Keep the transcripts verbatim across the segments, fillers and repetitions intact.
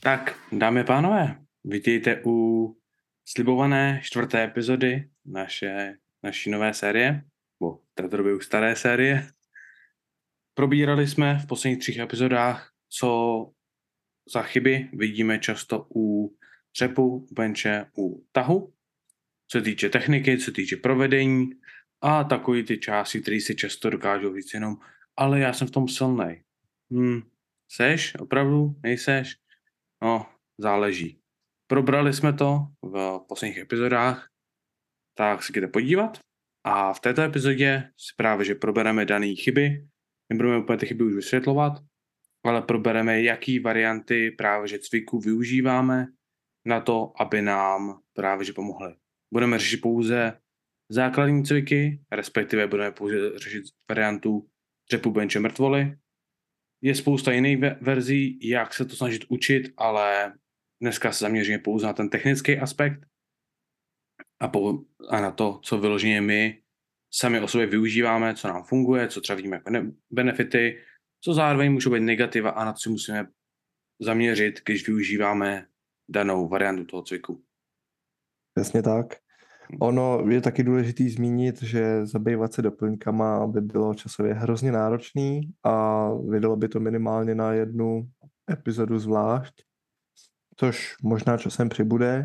Tak, dámy a pánové, vítejte u slibované čtvrté epizody naše, naší nové série, nebo v této době už staré série. Probírali jsme v posledních třech epizodách, co za chyby vidíme často u třepu, u benče, u tahu, co se týče techniky, co se týče provedení a takový ty části, které si často dokážou říct jenom, ale já jsem v tom silnej. Hm, seš? Opravdu? Nejseš? No, záleží. Probrali jsme to v posledních epizodách, tak si jděte podívat. A v této epizodě si právě, že probereme dané chyby, nebudeme úplně ty chyby už vysvětlovat, ale probereme, jaký varianty právě že cviku využíváme na to, aby nám právě že pomohly. Budeme řešit pouze základní cviky, respektive budeme pouze řešit variantu dřepu, benče, mrtvoly. Je spousta jiných verzí, jak se to snažit učit, ale dneska se zaměříme pouze na ten technický aspekt a, po, a na to, co vyloženě my sami o sobě využíváme, co nám funguje, co třeba vidíme jako ne- benefity, co zároveň můžou být negativa a na co si musíme zaměřit, když využíváme danou variantu toho cviku. Přesně tak. Ono je taky důležitý zmínit, že zabývat se doplňkama by bylo časově hrozně náročný a vydalo by to minimálně na jednu epizodu zvlášť, což možná časem přibude,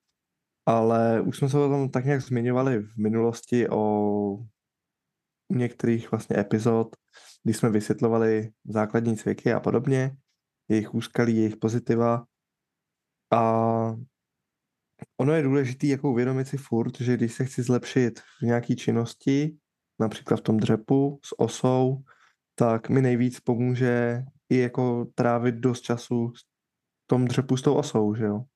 ale už jsme se o tom tak nějak zmiňovali v minulosti o některých vlastně epizod, kdy jsme vysvětlovali základní cviky a podobně, jejich úskalí, jejich pozitiva a ono je důležité jako uvědomit si furt, že když se chci zlepšit v nějaké činnosti, například v tom dřepu s osou, tak mi nejvíc pomůže i jako trávit dost času v tom dřepu s tou osou, že jo?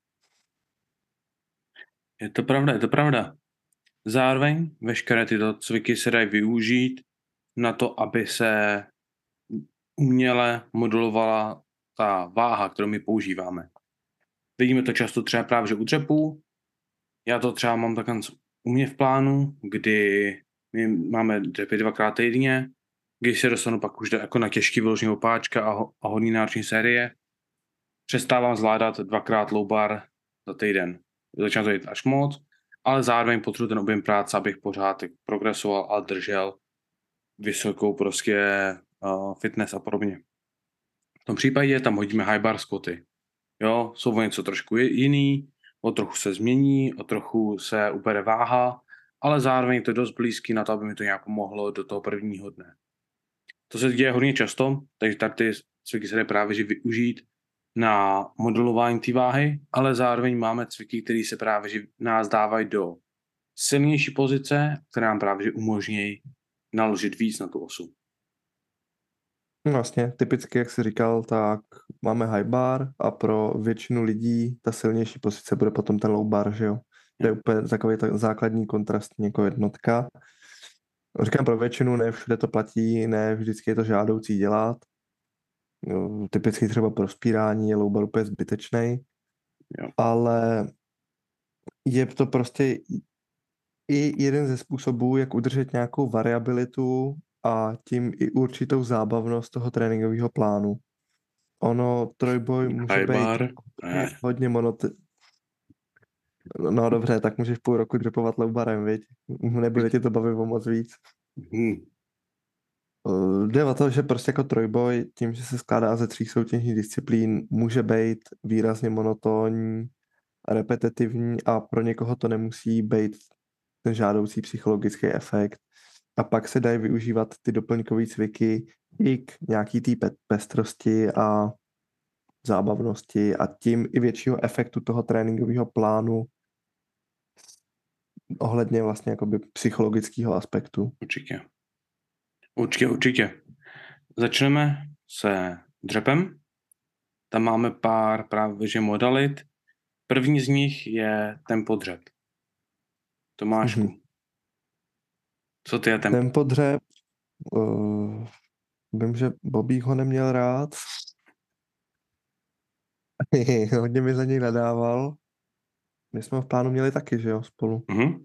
Je to pravda, je to pravda. Zároveň veškeré tyto cviky se dají využít na to, aby se uměle modulovala ta váha, kterou my používáme. Vidíme to často třeba právě že u dřepů. Já to třeba mám takhle u mě v plánu, kdy my máme dřepy dvakrát týdně, když se dostanu pak už jako na těžký vyložený opáčka a, ho, a hodný náročný série, přestávám zvládat dvakrát low bar za týden. Začíná to jít až moc, ale zároveň potřebuji ten objem práce, abych pořád progresoval a držel vysokou prostě uh, fitness a podobně. V tom případě tam hodíme high bar squaty. Jo, jsou o něco trošku jiný, o trochu se změní, o trochu se ubere váha, ale zároveň to je dost blízký na to, aby mi to nějak pomohlo do toho prvního dne. To se děje hodně často, takže tady ty cviky se jde právě že využít na modulování té váhy, ale zároveň máme cviky, které se právě že nás dávají do silnější pozice, které nám právě že umožní naložit víc na tu osu. Vlastně, typicky, jak jsi říkal, tak máme high bar a pro většinu lidí ta silnější pozice bude potom ten low bar, že jo? To je úplně takový tak základní kontrastní jako jednotka. Říkám pro většinu, ne všude to platí, ne vždycky je to žádoucí dělat. Jo, typicky třeba pro spírání je low bar úplně zbytečný, Jo. ale je to prostě i jeden ze způsobů, jak udržet nějakou variabilitu a tím i určitou zábavnost toho tréninkového plánu. Ono trojboj může High být bar. Eh. hodně monot... No dobře, tak můžeš půl roku dropovat low barem, viď? Nebude tě to bavit o moc víc. Hmm. Jde o to, že prostě jako trojboj, tím, že se skládá ze tří soutěžních disciplín, může být výrazně monotónní, repetitivní a pro někoho to nemusí být ten žádoucí psychologický efekt. A pak se dají využívat ty doplňkové cviky i k nějaký té pe- pestrosti a zábavnosti a tím i většího efektu toho tréninkového plánu ohledně vlastně jakoby psychologického aspektu. Určitě. Určitě, určitě. Začneme se dřepem. Tam máme pár právě že modalit. První z nich je tempo dřep. Tomášku, mm-hmm. Co ty je tempo? Tempo dřep, uh, vím, že Bobík ho neměl rád. Hodně mi za něj nadával. My jsme v plánu měli taky, že jo, spolu. Mm-hmm.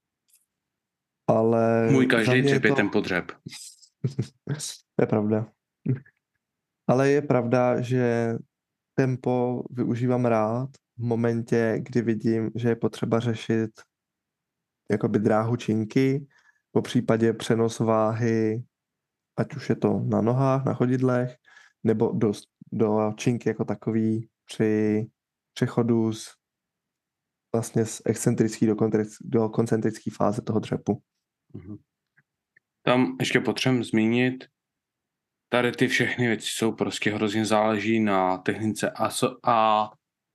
Ale Můj každý dřep je to... tempo dřep. To je pravda. Ale je pravda, že tempo využívám rád v momentě, kdy vidím, že je potřeba řešit jakoby dráhu činky, po případě přenos váhy, ať už je to na nohách, na chodidlech, nebo do, do činky jako takový při přechodu z vlastně z excentrický do, kontric, do koncentrické fáze toho dřepu. Mhm. Tam ještě potřebujeme zmínit, tady ty všechny věci jsou prostě hrozně záleží na technice a, so, a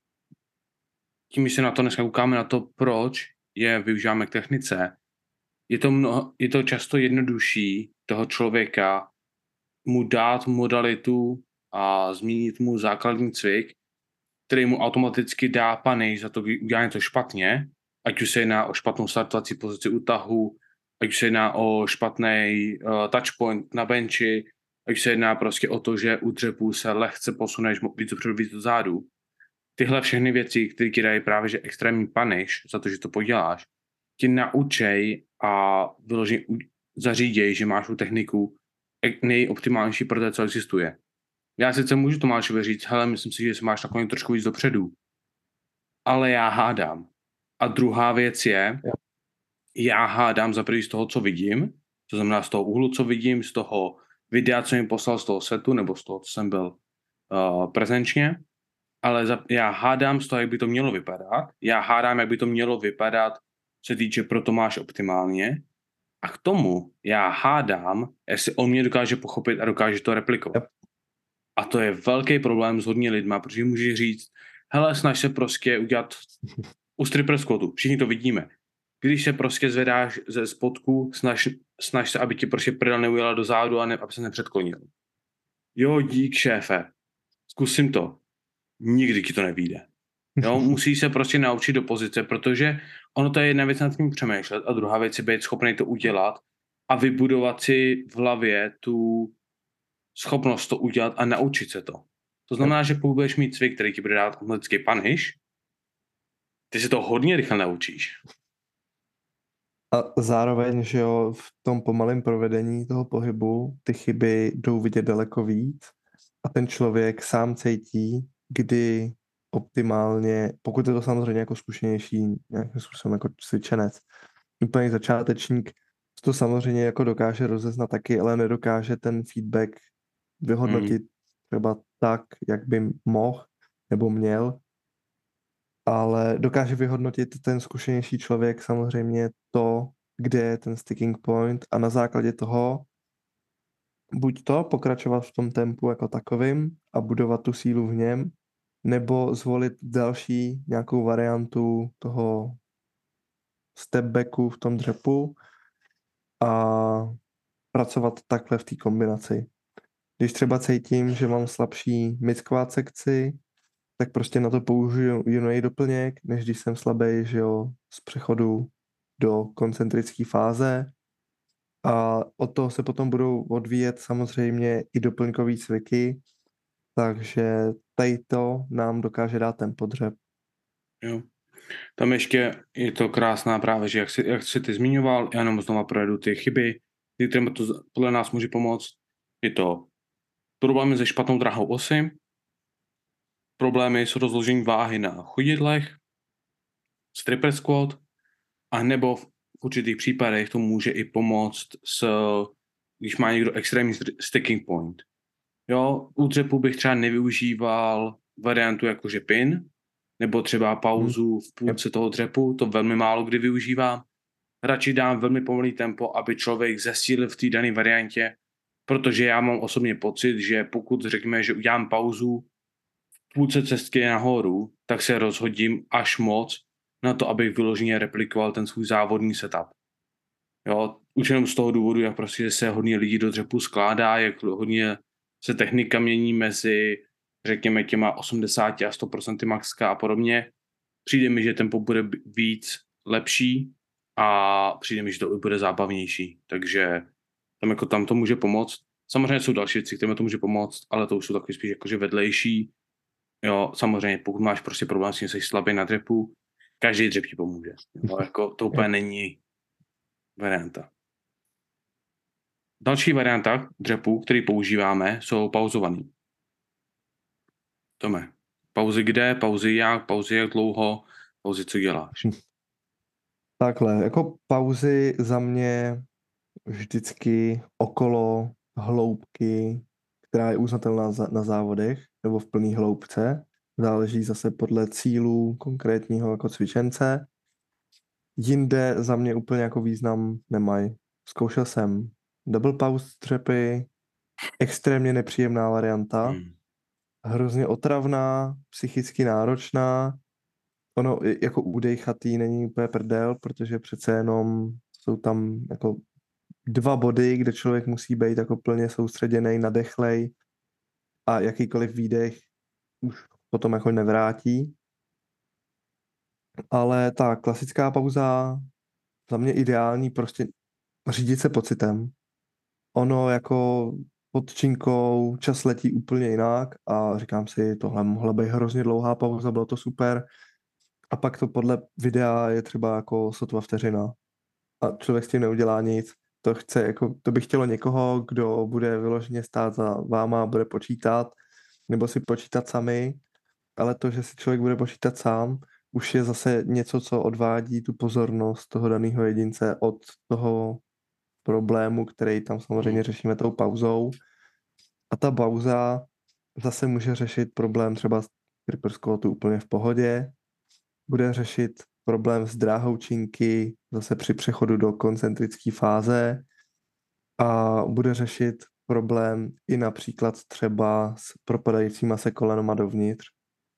tím, že se na to dneska koukáme na to, proč je využíváme k technice, je to, mnoho, je to často jednodušší toho člověka mu dát modalitu a zmínit mu základní cvik, který mu automaticky dá paniš za to, kdy udělá něco špatně, ať už se jedná o špatnou startovací pozici u tahu, ať už se jedná o špatný uh, touchpoint na benchi, ať už se jedná prostě o to, že u dřepu se lehce posuneš víc dopředu, víc dozadu. Tyhle všechny věci, které ti dají právě že extrémní paniš za to, že to poděláš, ti naučej a vyloženě zaříděj, že máš tu techniku nejoptimálnější pro to, co existuje. Já sice můžu Tomášovi říct, hele, myslím si, že se máš nakonec trošku víc dopředu, ale já hádám. A druhá věc je, Jo. já hádám za první z toho, co vidím, to znamená z toho úhlu, co vidím, z toho videa, co mi poslal z toho setu, nebo z toho, co jsem byl uh, prezenčně, ale za, já hádám z toho, jak by to mělo vypadat. Já hádám, jak by to mělo vypadat, co se týče pro Tomáš optimálně. A k tomu já hádám, jestli on mě dokáže pochopit a dokáže to replikovat. Yep. A to je velký problém s hodně lidma, protože můžeš říct, hele, snaž se prostě udělat u stripper squatu, všichni to vidíme. Když se prostě zvedáš ze spodku, snaž, snaž se, aby ti prostě prdel neujela do zádu a ne, aby se nepředklonil. Jo, dík, šéfe. Zkusím to. Nikdy ti to nevyjde. Jo, musí se prostě naučit do pozice, protože ono to je jedna věc nad tím přemýšlet a druhá věc je být schopný to udělat a vybudovat si v hlavě tu schopnost to udělat a naučit se to. To znamená, že pokud budeš mít cvik, který ti bude dát automatický punish, ty si to hodně rychle naučíš. A zároveň, že jo, v tom pomalém provedení toho pohybu ty chyby jdou vidět daleko víc a ten člověk sám cítí, kdy optimálně, pokud je to samozřejmě jako zkušenější, nějakým způsobem jako cvičenec, úplný začátečník, to samozřejmě jako dokáže rozeznat taky, ale nedokáže ten feedback vyhodnotit mm. třeba tak, jak by mohl nebo měl, ale dokáže vyhodnotit ten zkušenější člověk samozřejmě to, kde je ten sticking point a na základě toho buď to pokračovat v tom tempu jako takovým a budovat tu sílu v něm, nebo zvolit další nějakou variantu toho step backu v tom dřepu a pracovat takhle v té kombinaci. Když třeba cítím, že mám slabší mid-squat sekci, tak prostě na to použiju jiný doplněk, než když jsem slabý, že jo, z přechodu do koncentrické fáze. A od toho se potom budou odvíjet samozřejmě i doplňkový cviky, takže tady to nám dokáže dát ten podřeb. Jo. Tam ještě je to krásná právě, že jak jsi, jak jsi ty zmiňoval, já jenom znova projedu ty chyby, které to podle nás může pomoct. Je to problémy se špatnou drahou osy, problémy s rozložením váhy na chodidlech, stripper squat, a nebo v určitých případech to může i pomoct, s, když má někdo extrémní sticking point. Jo, u dřepu bych třeba nevyužíval variantu jakože pin, nebo třeba pauzu v půlce toho dřepu, to velmi málo kdy využívám. Radši dám velmi pomalý tempo, aby člověk zesílil v té dané variantě, protože já mám osobně pocit, že pokud řekněme, že udělám pauzu v půlce cestky nahoru, tak se rozhodím až moc na to, abych vyloženě replikoval ten svůj závodní setup. Jo, už jenom z toho důvodu, jak prostě se hodně lidí do dřepu skládá, jak hodně se technika mění mezi, řekněme, těma osmdesát a sto procent maxka a podobně. Přijde mi, že tempo bude víc lepší a přijde mi, že to bude zábavnější. Takže tam, jako tam to může pomoct. Samozřejmě jsou další věci, které to může pomoct, ale to už jsou takový spíš jakože vedlejší. Jo, samozřejmě, pokud máš prostě problém s tím, jsi slabý na dřepu, každý dřep ti pomůže. Jo, jako to úplně není varianta. Další varianta dřepu, který používáme, jsou pauzovaný. Tome. Pauzy kde, pauzy jak, pauzy jak dlouho, pauzy co děláš. Takhle, jako pauzy za mě vždycky okolo hloubky, která je uznatelná za- na závodech nebo v plné hloubce. Záleží zase podle cílů konkrétního jako cvičence. Jinde za mě úplně jako význam nemají. Zkoušel jsem double pause střepy, extrémně nepříjemná varianta, Hmm. hrozně otravná, psychicky náročná. Ono i- jako udejchatý není úplně prdel, protože přece jenom jsou tam jako dva body, kde člověk musí být jako plně soustředěný, nadechlej a jakýkoliv výdech už potom jako nevrátí. Ale ta klasická pauza za mě ideální, prostě řídit se pocitem. Ono jako pod činkou čas letí úplně jinak a říkám si, tohle mohla být hrozně dlouhá pauza, bylo to super. A pak to podle videa je třeba jako sotva vteřina. A člověk s tím neudělá nic. To chce, jako, to by chtělo někoho, kdo bude vyloženě stát za váma, bude počítat, nebo si počítat sami, ale to, že si člověk bude počítat sám, už je zase něco, co odvádí tu pozornost toho daného jedince od toho problému, který tam samozřejmě řešíme tou pauzou. A ta pauza zase může řešit problém třeba z Creeper squatu úplně v pohodě, bude řešit problém s dráhou činky zase při přechodu do koncentrické fáze a bude řešit problém i například třeba s propadajícíma se kolenama dovnitř.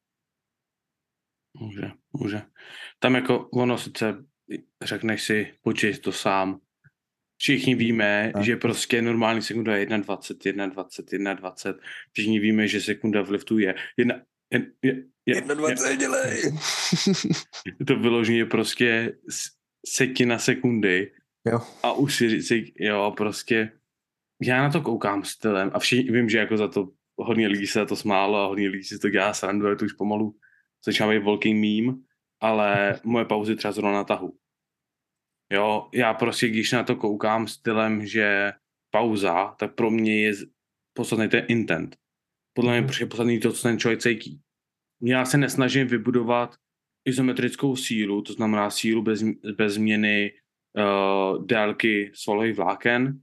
Může, může. Tam jako ono sice řekneš si, počít to sám. Všichni víme, Tak. že prostě normální sekunda je jedna dvacet, jedna dvacet, jedna dvacet. Všichni víme, že sekunda v liftu je jedna, je, je, je, Jedna dvacet, dělej! je to vyloženě prostě setina sekundy. Jo. A už si říct, jo, prostě já na to koukám stylem a všichni, vím, že jako za to hodně lidí se to smálo a hodně lidí si to dělá srandu, ale to už pomalu začíná být velký mím, ale moje pauzy třeba zrovna na tahu. Jo, já prostě, když na to koukám stylem, že pauza, tak pro mě je podstatný ten intent. Podle mě Mhm. je podstatný to, co ten člověk cítí. Já se nesnažím vybudovat izometrickou sílu, to znamená sílu bez, bez změny uh, délky svalových vláken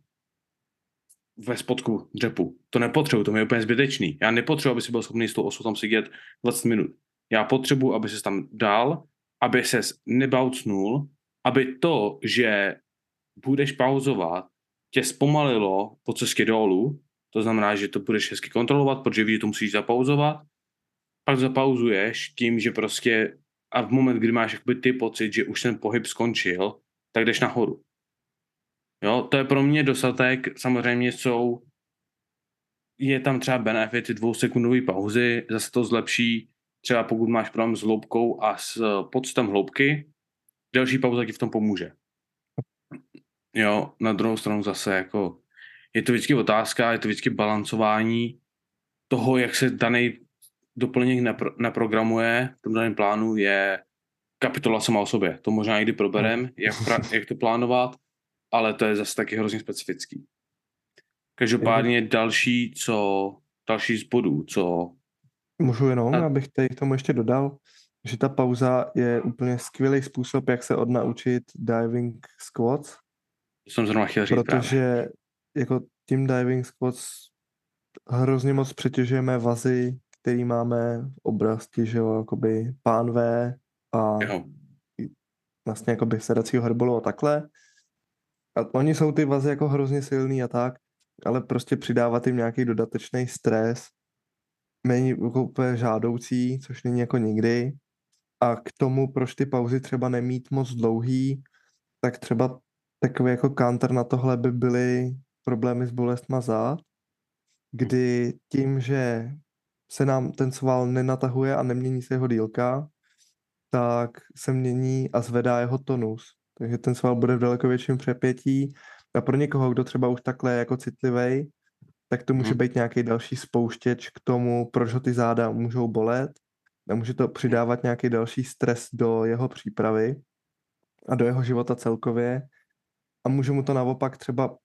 ve spodku dřepu. To nepotřebuji, to mi je úplně zbytečný. Já nepotřebuji, aby si byl schopný s tou osou tam sedět dvacet minut. Já potřebuji, aby ses tam dal, aby ses neboucnul, aby to, že budeš pauzovat, tě zpomalilo po cestě dolů, to znamená, že to budeš hezky kontrolovat, protože víš, že to musíš zapauzovat, pak zapauzuješ tím, že prostě a v moment, kdy máš jakoby ty pocit, že už ten pohyb skončil, tak jdeš nahoru. Jo, to je pro mě dostatek, samozřejmě jsou je tam třeba benefity dvousekundové pauzy, zase to zlepší, třeba pokud máš problém s hloubkou a s pocitem hloubky, delší pauza ti v tom pomůže. Jo, na druhou stranu zase jako je to vždycky otázka, je to vždycky balancování toho, jak se daný doplněk napro- naprogramuje v tom daném plánu, je kapitola sama o sobě. To možná někdy proberem, jak, pra- jak to plánovat, ale to je zase taky hrozně specifický. Každopádně další, co, další z bodů, co... Můžu jenom, A abych tady k tomu ještě dodal, že ta pauza je úplně skvělý způsob, jak se odnaučit diving squats, to jsem zrovna chtěl říct právě. protože jako tím diving squats hrozně moc přetěžujeme vazy, který máme v oblasti, že jo, jakoby pánve a Jo. vlastně jakoby sedacího hrbolu a takhle. A oni jsou ty vazy jako hrozně silný a tak, ale prostě přidávat jim nějaký dodatečný stres není jako úplně žádoucí, což není jako nikdy. A k tomu, proč ty pauzy třeba nemít moc dlouhý, tak třeba takový jako counter na tohle by byly problémy s bolestma zád, kdy tím, že se nám ten sval nenatahuje a nemění se jeho dílka, tak se mění a zvedá jeho tonus. Takže ten sval bude v daleko větším přepětí a pro někoho, kdo třeba už takhle je jako citlivej, tak to může Mhm. být nějaký další spouštěč k tomu, proč ho ty záda můžou bolet a může to přidávat nějaký další stres do jeho přípravy a do jeho života celkově a může mu to naopak třeba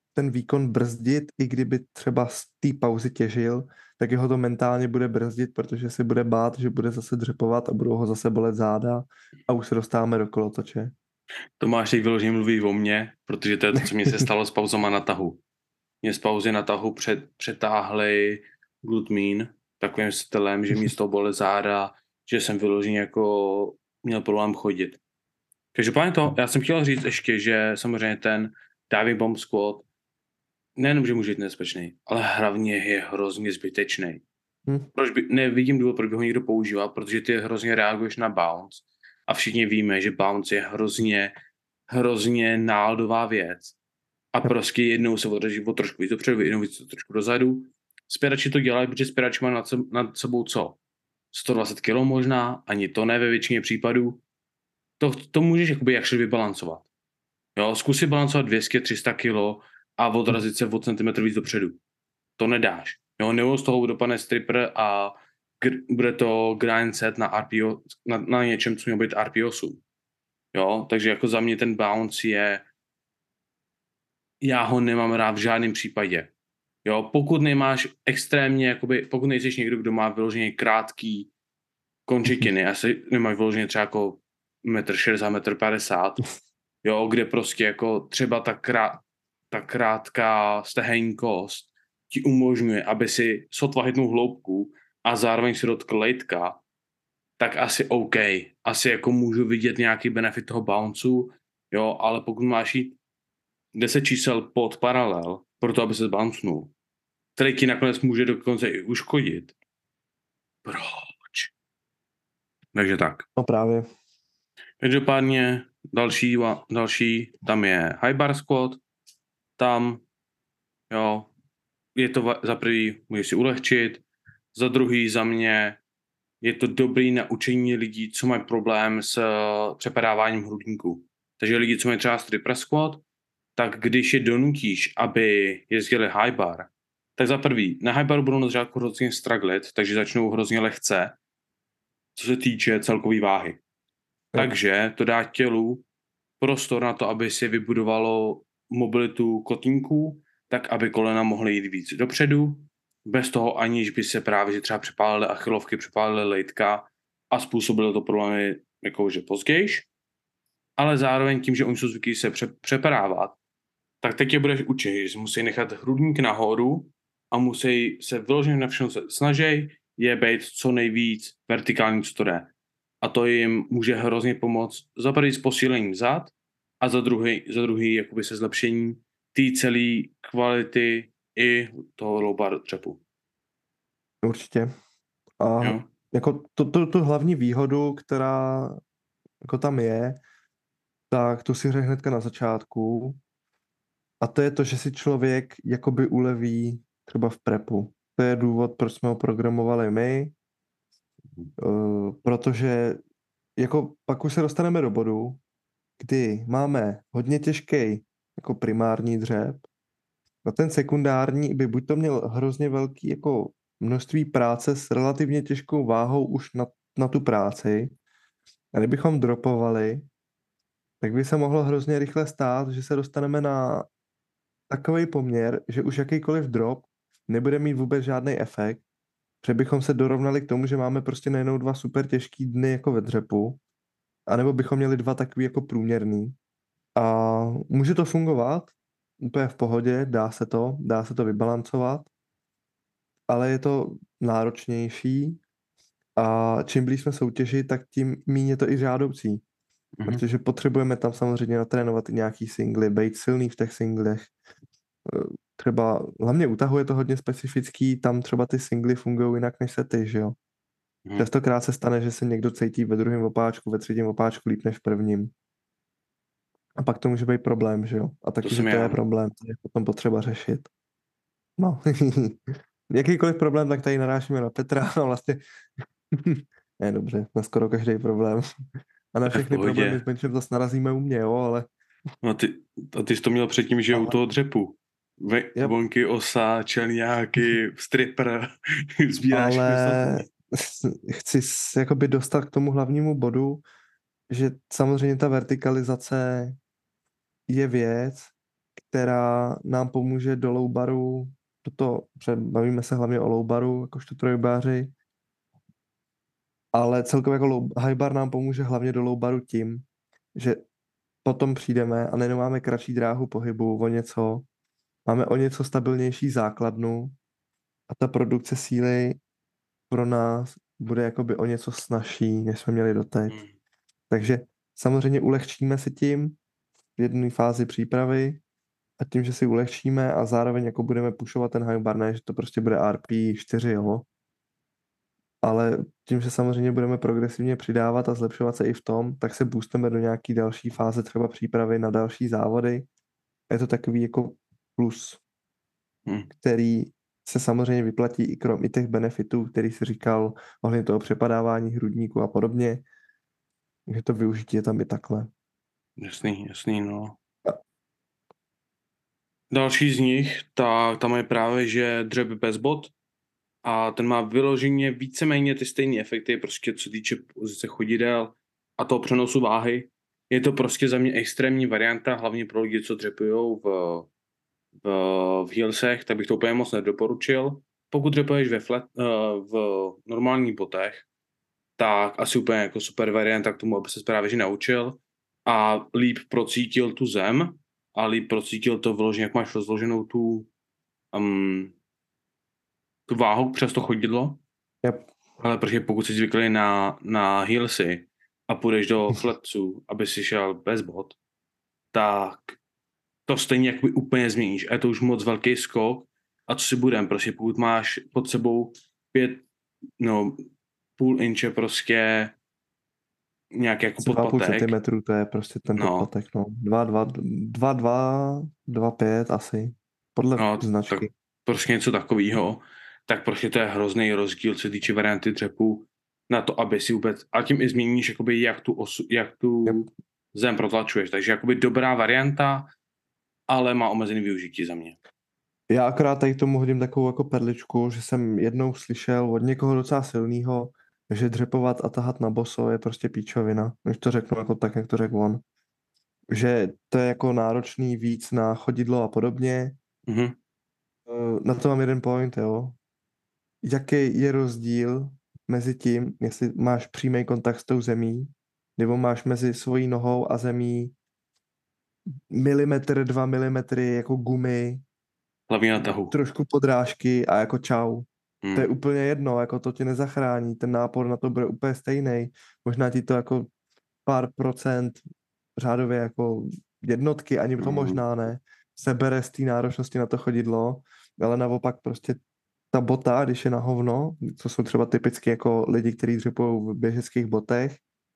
ten výkon brzdit, i kdyby třeba z té pauzy těžil, tak jeho to mentálně bude brzdit, protože si bude bát, že bude zase dřepovat a budou ho zase bolet záda a už se dostáváme do kolotoče. Tomáš teď vyloženě mluví o mně, protože to je to, co mi se stalo s pauzama na tahu. Mě z pauzy na tahu před, přetáhli glutmín takovým stylem, že mi z toho bolely záda, že jsem vyloženě jako měl problém chodit. Každopádně to, já jsem chtěl říct ještě, že samozřejmě ten diving bomb squat nejenom, že může být nebezpečný, ale hlavně je hrozně zbytečný. Hm. Proč by, nevidím důvod, proč by ho někdo používal, protože ty hrozně reaguješ na bounce a všichni víme, že bounce je hrozně, hrozně náladová věc a prostě jednou se održí o trošku víc dopředu, jednou víc trošku dozadu. Spěrači to dělají, protože spěrač má nad, se, nad sebou co? sto dvacet kilo možná, ani to ne ve většině případů. To, to můžeš jakoby jakže vybalancovat. Jo, zkus si balancovat dvě stě tři sta kilo a odrazit se o centimetr víc dopředu. To nedáš. Jo, nebo z toho dopadne stripper a gr- bude to grind set na R P O, na, na něčem, co mělo být R P osm. Jo, takže jako za mě ten bounce je, já ho nemám rád v žádném případě. Jo, pokud nemáš extrémně, jakoby, pokud nejsiš někdo, kdo má vyloženě krátký končetiny, asi nemáš vyloženě třeba jako metr šedesát, metr padesát, jo, kde prostě jako třeba ta, krát, ta krátká stehenní kost ti umožňuje, aby si sotva hitnul hloubku a zároveň si dotkl lejtka, tak asi OK. Asi jako můžu vidět nějaký benefit toho bounceu, jo, ale pokud máš jít deset čísel pod paralel, proto aby se zbouncnul, který ti nakonec může dokonce i uškodit. Proč? Takže tak. No právě. Každopádně další, další, tam je high bar squat, tam, jo, je to za prvý, můžeš si ulehčit, za druhý za mě je to dobrý na učení lidí, co mají problém s přepadáváním hrudníků. Takže lidi, co mají třeba stripper squat, tak když je donutíš, aby jezdili high bar, tak za prvý, na high baru budou na začátku hrozně strugglit, takže začnou hrozně lehce, co se týče celkové váhy. Jo. Takže to dá tělu prostor na to, aby si vybudovalo mobilitu kotníků, tak aby kolena mohly jít víc dopředu, bez toho aniž by se právě že třeba přepálily achilovky, přepálily lejtka a způsobilo to problémy jakože pozdějiš, ale zároveň tím, že oni jsou zvyklí se pře- přepadávat, tak teď je budeš učit, že musí nechat hrudník nahoru a musí se vyloženě na všechno se snaží je být co nejvíc vertikální, co to jde. A to jim může hrozně pomoct za prvý s posílením zad a za druhý, za druhý jakoby se zlepšení té celé kvality i toho low bar dřepu. Určitě. A Jo? jako to, to, tu hlavní výhodu, která jako tam je, tak tu si řekl hnedka na začátku. A to je to, že si člověk jakoby uleví třeba v prepu. To je důvod, proč jsme ho programovali my, uh, protože jako pak už se dostaneme do bodu, kdy máme hodně těžký jako primární dřep, a ten sekundární by buď to měl hrozně velký jako množství práce s relativně těžkou váhou už na, na tu práci, a kdybychom dropovali, tak by se mohlo hrozně rychle stát, že se dostaneme na takový poměr, že už jakýkoliv drop nebude mít vůbec žádný efekt, protože bychom se dorovnali k tomu, že máme prostě najednou dva super těžký dny jako ve dřepu, anebo bychom měli dva takový jako průměrný. A může to fungovat úplně v pohodě, dá se to, dá se to vybalancovat, ale je to náročnější a čím blíž jsme soutěži, tak tím méně to i žádoucí. Mm-hmm. Protože potřebujeme tam samozřejmě natrénovat i nějaký singly, být silný v těch singlech. Třeba, hlavně u tahu je to hodně specifický, tam třeba ty singly fungují jinak než sety, že jo. Mm-hmm. Častokrát se stane, že se někdo cítí ve druhém opáčku, ve třetím opáčku líp než v prvním. A pak to může být problém, že jo. A taky, to že to já. je problém, to je potom potřeba řešit. No, jakýkoliv problém, tak tady narážíme na Petra, no vlastně, ne, dobře, na skoro každý problém. A na všechny problémy s benčem zase narazíme u mě, jo, ale... No ty, a ty jsi to měl předtím, že ale... u toho dřepu. Ve, yep. Vonky, osa, čelňáky, stripper, sbíráš. Ale chci se jakoby dostat k tomu hlavnímu bodu, že samozřejmě ta vertikalizace je věc, která nám pomůže do low baru, toto, bavíme se hlavně o low baru, jakožto trojbáři, ale celkově jako low, high bar nám pomůže hlavně do low baru tím, že potom přijdeme a nejenom máme kratší dráhu pohybu o něco, máme o něco stabilnější základnu a ta produkce síly pro nás bude jakoby o něco snazší, než jsme měli doteď. Hmm. Takže samozřejmě ulehčíme si tím v jedné fázi přípravy a tím, že si ulehčíme a zároveň jako budeme pušovat ten high bar, ne, že to prostě bude R P čtyři, jo. Ale tím, že samozřejmě budeme progresivně přidávat a zlepšovat se i v tom, tak se boostujeme do nějaký další fáze třeba přípravy na další závody. A je to takový jako plus, Hmm. který se samozřejmě vyplatí i krom i těch benefitů, který si říkal ohledně toho přepadávání hrudníku a podobně, že to využití je tam i takhle. Jasný, jasný, no. Další z nich, tak tam je právě, že dřep bez bod a ten má vyloženě víceméně ty stejné efekty, prostě co týče pozice chodidel a toho přenosu váhy. Je to prostě za mě extrémní varianta, hlavně pro lidi, co dřepujou v, v, v heelsech, tak bych to úplně moc nedoporučil. Pokud dřepuješ ve flat, v normálních botech, tak asi úplně jako super varianta k tomu, aby se právě že naučil a líp procítil tu zem a líp procítil to vyloženě, jak máš rozloženou tu um, tu váhu přes to chodidlo. Yep. Ale protože pokud jsi zvyklý na, na heelsy a půjdeš do flatsu, aby si šel bez bod, tak to stejně jakoby úplně změníš. A je to už moc velký skok. A co si budem, prostě pokud máš pod sebou pět, no půl inče prostě nějaký jako dva půl podpatek. centimetru, to je prostě ten No. podpatek, no. dva, dva, dva, dva, dva, pět asi, podle No, značky. tak prostě něco takového, tak prostě to je hrozný rozdíl, co se týče varianty dřepu na to, aby si vůbec, a tím i změníš, jakoby, jak tu, osu, jak tu Yep. zem protlačuješ. Takže jakoby dobrá varianta, ale má omezený využití za mě. Já akorát tady tomu hodím takovou jako perličku, že jsem jednou slyšel od někoho docela silného, že dřepovat a tahat na boso je prostě píčovina, když to řeknu jako tak, jak to řekl on. Že to je jako náročný víc na chodidlo a podobně. Mhm. Na to mám jeden point, jo. Jaký je rozdíl mezi tím, jestli máš přímý kontakt s tou zemí, nebo máš mezi svojí nohou a zemí milimetr, dva milimetry jako gumy, Hlavně na tahu. trošku podrážky a jako čau. Hmm. To je úplně jedno, jako to tě nezachrání, ten nápor na to bude úplně stejný. Možná ti to jako pár procent řádově jako jednotky, ani to Hmm. možná ne, sebere z té náročnosti na to chodidlo, ale naopak prostě ta bota, když je na hovno, co jsou třeba typicky jako lidi, kteří dřepují v běžeckých botech,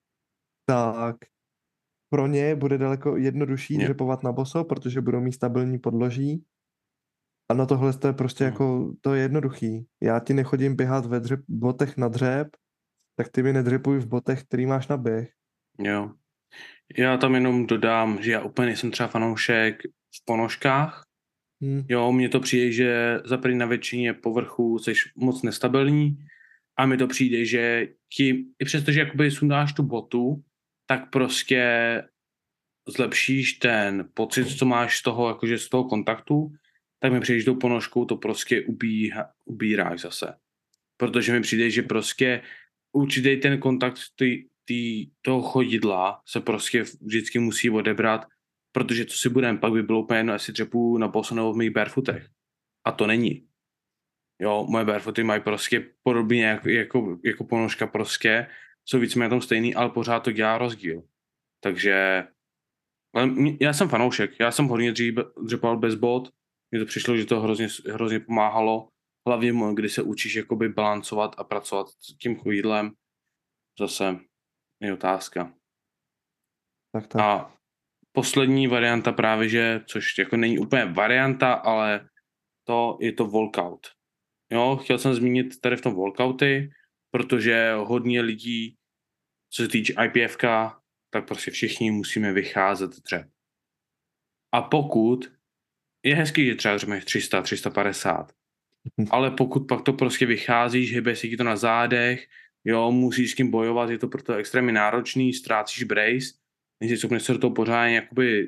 tak pro ně bude daleko jednodušší Je. dřepovat na boso, protože budou mít stabilní podloží. A na tohle to je prostě Hmm. jako, to je jednoduchý. Já ti nechodím běhat ve dřep, botech na dřep, tak ty mi nedřepuj v botech, který máš na běh. Jo. Já tam jenom dodám, že já úplně nejsem třeba fanoušek v ponožkách. Hmm. Jo, mně to přijde, že za první na většině povrchu jsi moc nestabilní a mi to přijde, že ti, i přesto, že jakoby sundáš tu botu, tak prostě zlepšíš ten pocit, co máš z toho, jakože z toho kontaktu, tak mi přijde, že tou ponožkou to prostě ubíhá, ubíráš zase. Protože mi přijde, že prostě určitý ten kontakt tý, tý, toho chodidla se prostě vždycky musí odebrat, protože co si budem, pak by bylo úplně jedno, jestli dřepu na boso nebo v mých barefootech. A to není. Jo, moje barefooty mají prostě podobně jako, jako, jako ponožka prostě, jsou víceméně tam stejný, ale pořád to dělá rozdíl. Takže ale mě, já jsem fanoušek, já jsem hodně dřív dřepal bez bot, mně to přišlo, že to hrozně, hrozně pomáhalo, hlavně když se učíš jakoby balancovat a pracovat s tím chodidlem, zase je otázka. Tak, tak. A poslední varianta právě, že, což jako není úplně varianta, ale to je to walkout. Jo, chtěl jsem zmínit tady v tom walkouty, protože hodně lidí, co se týče I P F ka, tak prostě všichni musíme vycházet dřep. A pokud, je hezký, že třeba dřemeš tři sta, tři sta padesát, ale pokud pak to prostě vycházíš, hybeš si to na zádech, jo, musíš s tím bojovat, je to proto extrémně náročný, ztrácíš brace, nejsi schopný se do toho pořádně jakoby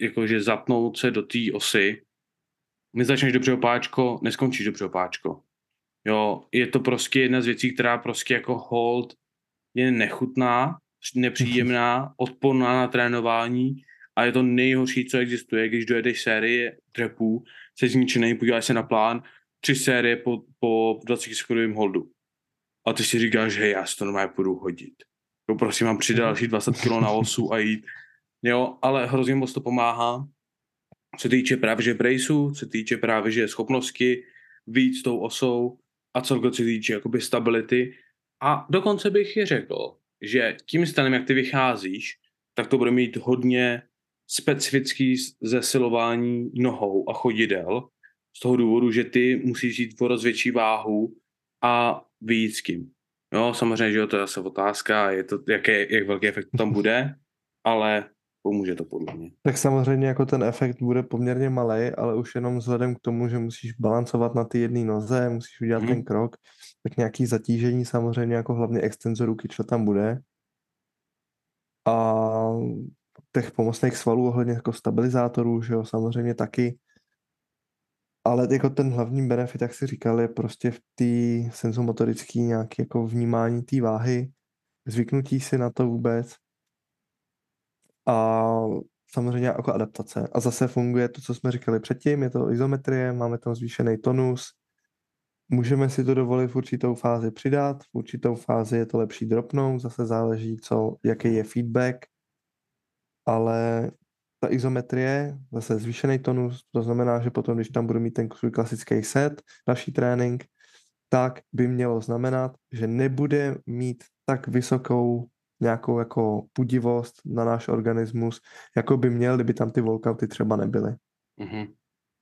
jakože zapnout se do té osy, nezačneš dobře opáčko, neskončíš dobře opáčko. Jo, je to prostě jedna z věcí, která prostě jako hold je nechutná, nepříjemná, odporná na trénování a je to nejhorší, co existuje, když dojedeš série trepů, jsi zničený, podíváš se na plán, tři série po, po dvaceti sekundovém holdu. A ty si říkáš, hej, já si to normálně půjdu hodit. Jo, prostě mám při další dvacet kilo na osu a jít. Jo, ale hrozně moc to pomáhá. Co týče právě že braceu, co týče právě že schopnosti víc s tou osou a celkově co týče jakoby stability. A dokonce bych je řekl, že tím stylem, jak ty vycházíš, tak to bude mít hodně specifický zesilování nohou a chodidel z toho důvodu, že ty musíš jít o roz větší váhu a víc kým. Jo, samozřejmě, že jo, to je zase otázka, je to, jaké, jak velký efekt tam bude, ale pomůže to podle mě. Tak samozřejmě jako ten efekt bude poměrně malý, ale už jenom vzhledem k tomu, že musíš balancovat na ty jedné noze, musíš udělat Mhm. ten krok, tak nějaký zatížení samozřejmě jako hlavně extenzoru kyčle tam bude. A těch pomocných svalů ohledně jako stabilizátorů, že jo, samozřejmě taky. Ale jako ten hlavní benefit, jak jsi říkal, je prostě v té senzomotorické nějaké jako vnímání té váhy, zvyknutí si na to vůbec a samozřejmě jako adaptace. A zase funguje to, co jsme říkali předtím, je to izometrie, máme tam zvýšený tonus, můžeme si to dovolit v určitou fázi přidat, v určitou fázi je to lepší dropnout, zase záleží, co, jaký je feedback, ale ta izometrie, zase zvýšený tonus, to znamená, že potom, když tam budu mít ten svůj klasický set, další trénink, tak by mělo znamenat, že nebude mít tak vysokou nějakou jako pudivost na náš organismus, jako by měl, kdyby tam ty workouty třeba nebyly. Mm-hmm.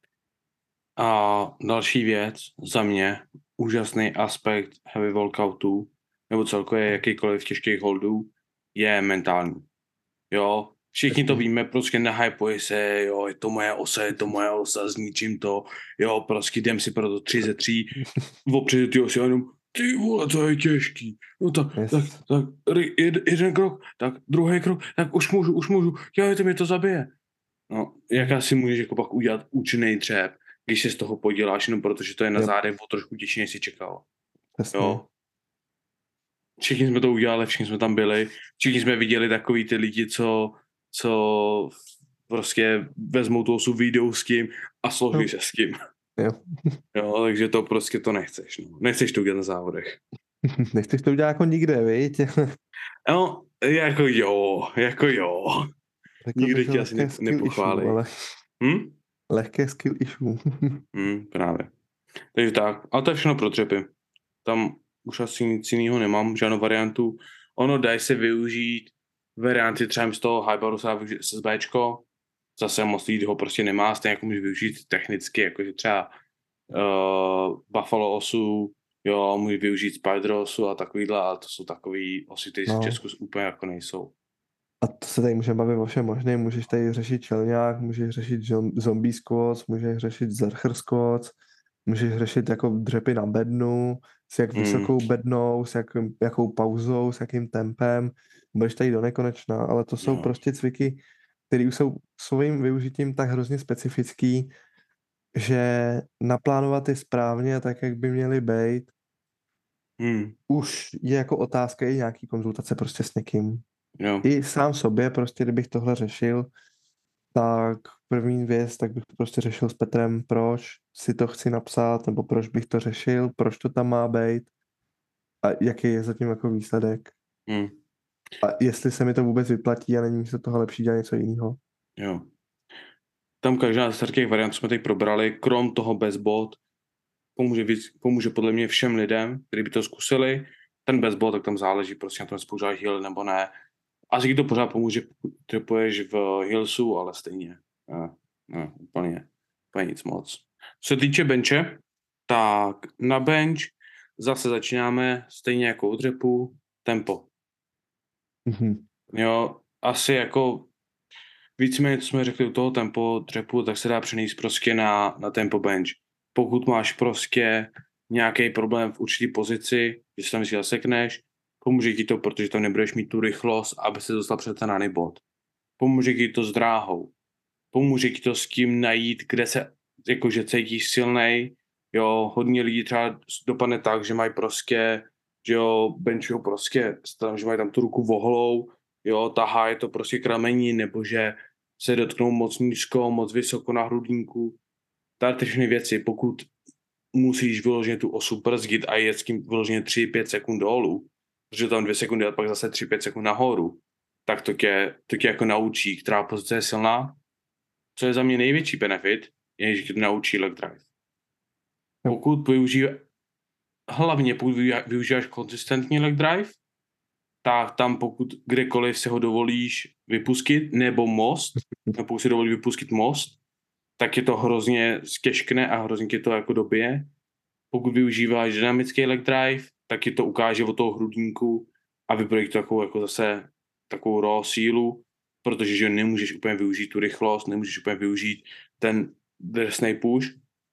A další věc za mě, úžasný aspekt heavy workoutů, nebo celkově jakýkoliv těžkých holdů, je mentální. Jo, všichni to víme, prostě nehypuje se, jo, je to moje osa, je to moje osa, zničím to, jo, prostě jdem si pro to tři ze tří, opřed ty osy, jenom, ty vole, to je těžký, no tak, Yes. tak, tak, jed, jeden krok, tak druhý krok, tak už můžu, už můžu, jo, to mě to zabije. No, jak asi můžeš jako pak udělat účinný dřep, když se z toho poděláš, jenom protože to je na Yep. zádech o trošku těžší, než si čekal. Přesně. Jo. Všichni jsme to udělali, všichni jsme tam byli, všichni jsme viděli takový ty lidi, co, co prostě vezmou tu osu, výjdou s tím a složí No. se s tím. Jo. Jo, takže to prostě to nechceš. No. Nechceš to udělat na závodech. Nechceš to udělat jako nikde, viď? No, jako jo, jako jo. Řekl Nikdy bych, že tě asi lehké ne, skill nepochválí. issue, ale Hm? lehké skill issue. Hm, právě. Takže tak, ale to je všechno pro dřepy. Tam už asi nic jiného nemám, žádnou variantu. Ono dají se využít varianty třeba z toho Hyperu SSBčko, zase moc lidí ho prostě nemá, stejně jako může využít technicky, jakože třeba uh, Buffalo osu, jo, může využít Spider osu a takovýhle, ale to jsou takový osy, které No. v Česku úplně jako nejsou. A to se tady můžeme bavit o všem možném. Můžeš tady řešit čelňák, můžeš řešit zombie squats, můžeš řešit zercher squats, můžeš řešit jako dřepy na bednu, s jak Hmm. vysokou bednou, s jak, jakou pauzou, s jakým tempem. Budeš tady do nekonečna, ale to jsou No. prostě cviky, které už jsou svým využitím tak hrozně specifický, že naplánovat je správně tak, jak by měly být, Hmm. už je jako otázka i nějaký konzultace prostě s někým. Jo. I sám sobě, prostě kdybych tohle řešil, tak první věc, tak bych to prostě řešil s Petrem, proč si to chci napsat, nebo proč bych to řešil, proč to tam má být a jaký je zatím jako výsledek. Hmm. A jestli se mi to vůbec vyplatí a není místo toho lepší dělat něco jiného. Jo. Tam každá z těch variant jsme teď probrali, krom toho bez bod, pomůže, víc, pomůže podle mě všem lidem, kteří by to zkusili. Ten bez bod, tak tam záleží, prostě na tom spoužíváš heal nebo ne. A si to pořád pomůže, trepuješ v healsu, ale stejně. Ne, ne, úplně, úplně nic moc. Co se týče benče, tak na bench zase začínáme stejně jako u dřepu, tempo. Mhm. Jo, asi jako víceméně, co jsme řekli u toho tempo dřepu, tak se dá přenést prostě na, na tempo bench. Pokud máš prostě nějaký problém v určitý pozici, že se tam si zasekneš, pomůže ti to, protože tam nebudeš mít tu rychlost, aby se dostal před ten daný bod. Pomůže ti to s dráhou. pomůže ti to s tím najít, kde se jakože cítíš silnej, jo, hodně lidí třeba dopadne tak, že mají prostě, že jo, benchujou prostě, tam, že mají tam tu ruku voholou, jo, tahá je to prostě kramení, nebo že se dotknou moc nízko, moc vysoko na hrudníku. Tady ty všechny věci, pokud musíš vyloženě tu osu brzdit a jet s tím vyloženě tři pět sekund dolů, protože tam dvě sekundy a pak zase tři pět sekund nahoru, tak to tě, to tě jako naučí, která pozice je silná. Co je za mě největší benefit, je, že tě to naučí leg drive. Pokud využíváš, hlavně pokud využíváš konzistentní leg drive, tak tam pokud kdekoliv se ho dovolíš vypustit, nebo most, nebo pokud si dovolíš vypustit most, tak je to hrozně stěžkne a hrozně tě to jako dobije. Pokud využíváš dynamický leg drive, tak ti to ukáže od toho hrudníku a vyprojí to takovou jako zase takovou raw sílu, protože že nemůžeš úplně využít tu rychlost, nemůžeš úplně využít ten drsnej push.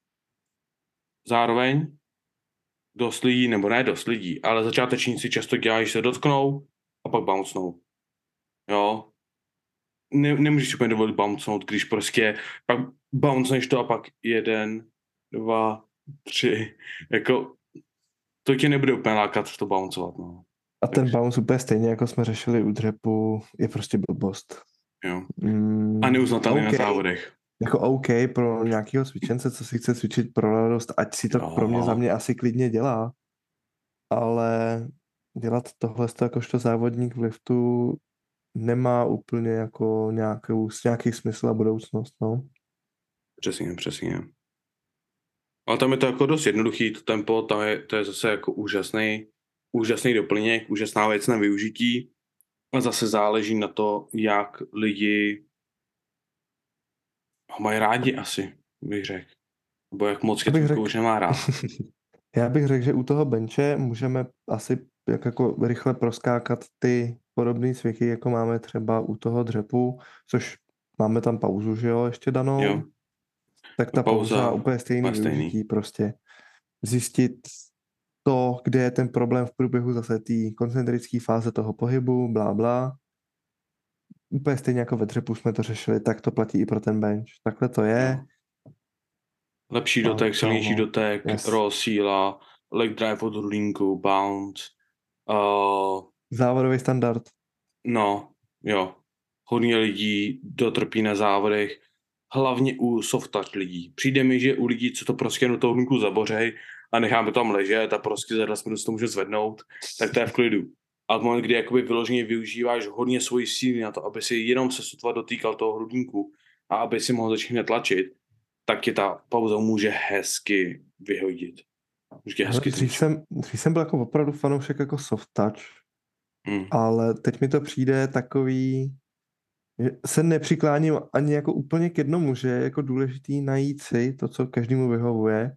Zároveň dost lidí, nebo ne dost lidí, ale začátečníci často dělají, že se dotknou a pak bouncnou. Jo. Ne, nemůžeš úplně dovolit bouncnout, když prostě pak bouncneš to a pak jeden, dva, tři, jako to tě nebude úplně lákat to bouncovat, no. A ten bounce úplně stejně, jako jsme řešili u dřepu, je prostě blbost. Jo. Mm, A neuznatelný okay. na závodech. Jako OK pro nějakého cvičence, co si chce cvičit pro radost, ať si to Jo. pro mě za mě asi klidně dělá. Ale dělat tohle jakožto závodník v liftu nemá úplně jako nějakou, nějaký smysl a budoucnost, no. Přesně, přesně. Ale tam je to jako dost jednoduchý, to tempo, tam je, to je zase jako úžasný, úžasný doplněk, úžasná věc na využití. A zase záleží na to, jak lidi ho mají rádi asi, bych řekl. Nebo jak moc je to už nemá rád. Já bych řekl, že u toho benče můžeme asi jak jako rychle proskákat ty podobné cviky, jako máme třeba u toho dřepu, což máme tam pauzu, že jo, ještě danou. Jo. Tak ta pauza, pauza úplně stejný využití stejný. Prostě. Zjistit to, kde je ten problém v průběhu zase té koncentrické fáze toho pohybu, blá, blá. Úplně stejně jako ve dřepu jsme to řešili, tak to platí i pro ten bench. Takhle to je. Jo. Lepší dotek, silnější dotek, yes. Raw síla, leg drive od hrudníku, bounce. Uh, Závodový standard. No, jo. Hodně lidí dotrpí na závodech, hlavně u soft touch lidí. Přijde mi, že u lidí, co to prostě do toho hrudníku zabořej a necháme tam ležet a prostě za dvacet minut se to může zvednout, tak to je v klidu. A v moment, kdy jakoby vyloženě využíváš hodně svojí síly na to, aby si jenom se sotva dotýkal toho hrudníku a aby si mohl začít tlačit, tak je ta pauza může hezky vyhodit. Může hezky dřív, jsem, dřív jsem byl jako opravdu fanoušek jako soft touch, hmm. ale teď mi to přijde takový, že se nepřikláním ani jako úplně k jednomu, že je jako důležitý najít si to, co každému vyhovuje.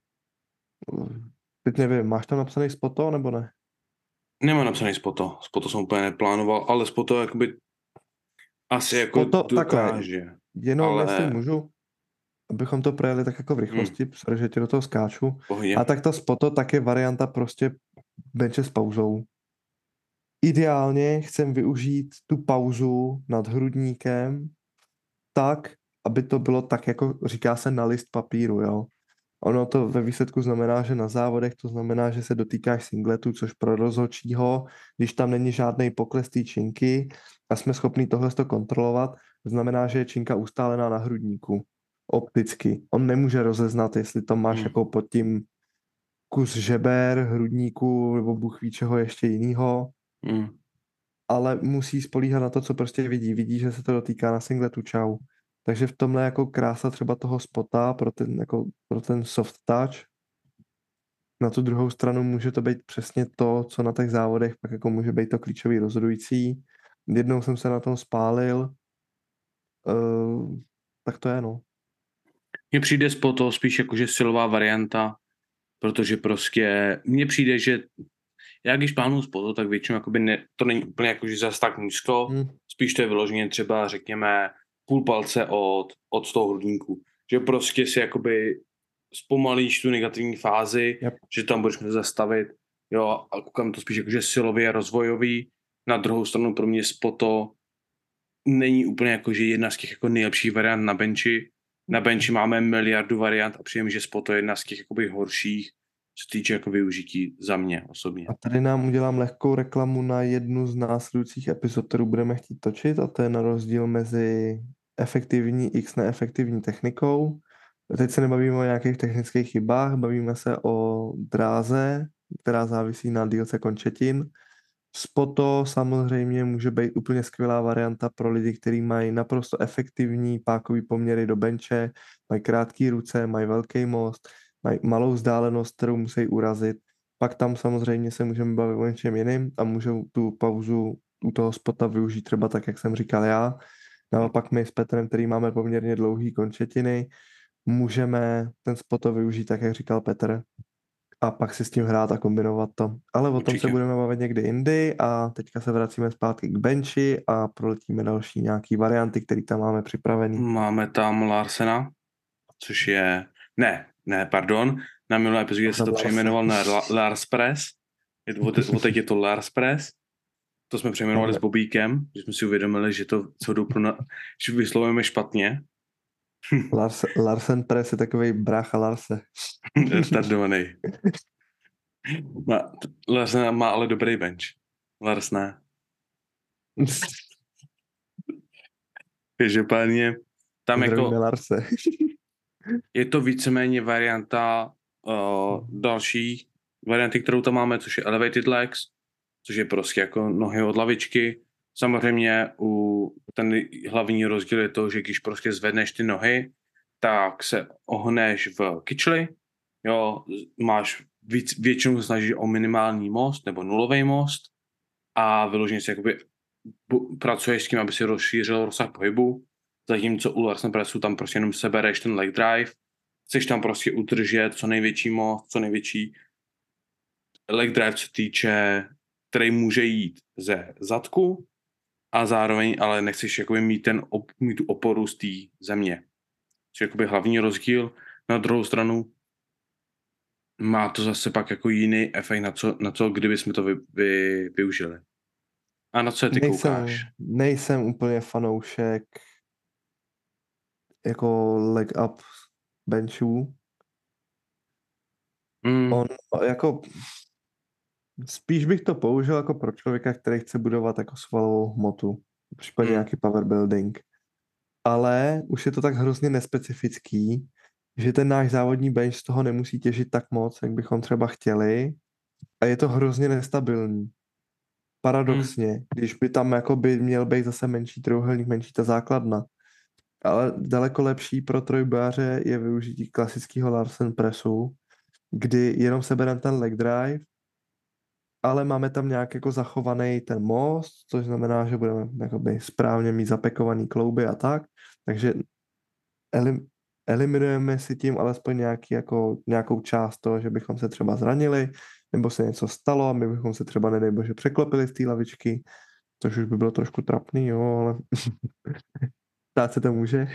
Teď nevím, máš tam napsaný spoto, nebo ne? Nemám napsaný spoto. Spoto jsem úplně neplánoval, ale spoto jakoby asi jako spoto, dokáže. Takhle, jenom ale... jestli můžu, abychom to projeli tak jako v rychlosti, hmm. sorry, že tě do toho skáču. Pohodě. A tak ta spoto tak je varianta prostě benče s pauzou. Ideálně chcem využít tu pauzu nad hrudníkem tak, aby to bylo tak, jako říká se na list papíru, jo. Ono to ve výsledku znamená, že na závodech to znamená, že se dotýkáš singletu, což pro rozhodčího, když tam není žádný pokles té činky a jsme schopni tohle kontrolovat, znamená, že je činka ustálená na hrudníku. Opticky. On nemůže rozeznat, jestli to máš hmm. jako pod tím kus žeber, hrudníku nebo bůh ví čeho ještě jinýho. Hmm. Ale musí spolíhat na to, co prostě vidí. Vidí, že se to dotýká na singletu, čau. Takže v tomhle jako krása třeba toho spota pro ten, jako, pro ten soft touch. Na tu druhou stranu může to být přesně to, co na těch závodech pak jako může být to klíčový rozhodující. Jednou jsem se na tom spálil, uh, tak to je, no. Mně přijde spoto spíš jakože silová varianta, protože prostě mně přijde, že já když plánuju spoto, tak většinou jakoby ne, to není úplně jakože zase tak nízko, hmm. spíš to je vyloženě třeba řekněme půl palce od, od toho hrudníku. Že prostě si jakoby zpomalíš tu negativní fázi, yep. že tam budeš muset zastavit, jo, a koukám to spíš jakože silově rozvojový. Na druhou stranu pro mě spoto není úplně jako, že jedna z těch jako nejlepších variant na benchi. Na benchi máme miliardu variant a přijím, že spot je jedna z těch jakoby horších, co týče jako využití za mě osobně. A tady nám udělám lehkou reklamu na jednu z následujících epizod, kterou budeme chtít točit, a to je na rozdíl mezi efektivní x neefektivní technikou. Teď se nebavíme o nějakých technických chybách, bavíme se o dráze, která závisí na dílce končetin. Spoto samozřejmě může být úplně skvělá varianta pro lidi, kteří mají naprosto efektivní pákový poměry do benče, mají krátké ruce, mají velký most, mají malou vzdálenost, kterou musí urazit. Pak tam samozřejmě se můžeme bavit o něčem jiným a můžou tu pauzu u toho spota využít třeba tak, jak jsem říkal já. Naopak my s Petrem, který máme poměrně dlouhý končetiny, můžeme ten spot využít tak, jak říkal Petr, a pak si s tím hrát a kombinovat to. Ale o tom Určitě. se budeme bavit někdy jindy a teďka se vracíme zpátky k benchi a proletíme další nějaký varianty, které tam máme připravený. Máme tam Larsena, což je... Ne, ne, pardon. Na minulé epizodě se to přejmenoval na La- Lars Press. Je to, od teď je to Lars Press. To jsme přejmenovali s Bobíkem, že jsme si uvědomili, že to co pro na... že vyslovujeme špatně. Lars, Larsen Press je takovej brácha Larse. Retardovaný. Má, Lars má ale dobrý bench. Lars ne. Každopádně tam Zdravíme jako Larse. je to víceméně varianta uh, další varianty, kterou tam máme, což je elevated legs, což je prostě jako nohy od lavičky. Samozřejmě u ten hlavní rozdíl je to, že když prostě zvedneš ty nohy, tak se ohneš v kyčli, jo, máš víc, většinou snažíš o minimální most nebo nulový most a vyloženě si jakoby bu, pracuješ s tím, aby si rozšířil rozsah pohybu, zatímco u Larsen Pressu tam prostě jenom sebereš ten leg drive, chceš tam prostě udržet co největší most, co největší leg drive, co týče, který může jít ze zadku a zároveň ale nechceš jakoby mít, ten, op, mít tu oporu z té země. Což je jakoby hlavní rozdíl. Na druhou stranu má to zase pak jako jiný efekt, na co, na co kdyby jsme to vy, vy, využili. A na co ty nejsem, koukáš? Nejsem úplně fanoušek jako leg up benchů. Mm. On jako spíš bych to použil jako pro člověka, který chce budovat jako svalovou hmotu, případně Mm. nějaký power building. Ale už je to tak hrozně nespecifický, že ten náš závodní bench z toho nemusí těžit tak moc, jak bychom třeba chtěli, a je to hrozně nestabilní. Paradoxně, mm. když by tam jako by měl být zase menší trojúhelník, menší ta základna. Ale daleko lepší pro trojbojaře je využití klasického Larsen pressu, kdy jenom sebereme ten leg drive, ale máme tam nějak jako zachovaný ten most, což znamená, že budeme jakoby správně mít zapekovaný klouby a tak, takže elim, eliminujeme si tím alespoň nějaký, jako, nějakou část toho, že bychom se třeba zranili, nebo se něco stalo a my bychom se třeba, nedej bože, překlopili z té lavičky, což už by bylo trošku trapný, jo, ale stát se to může.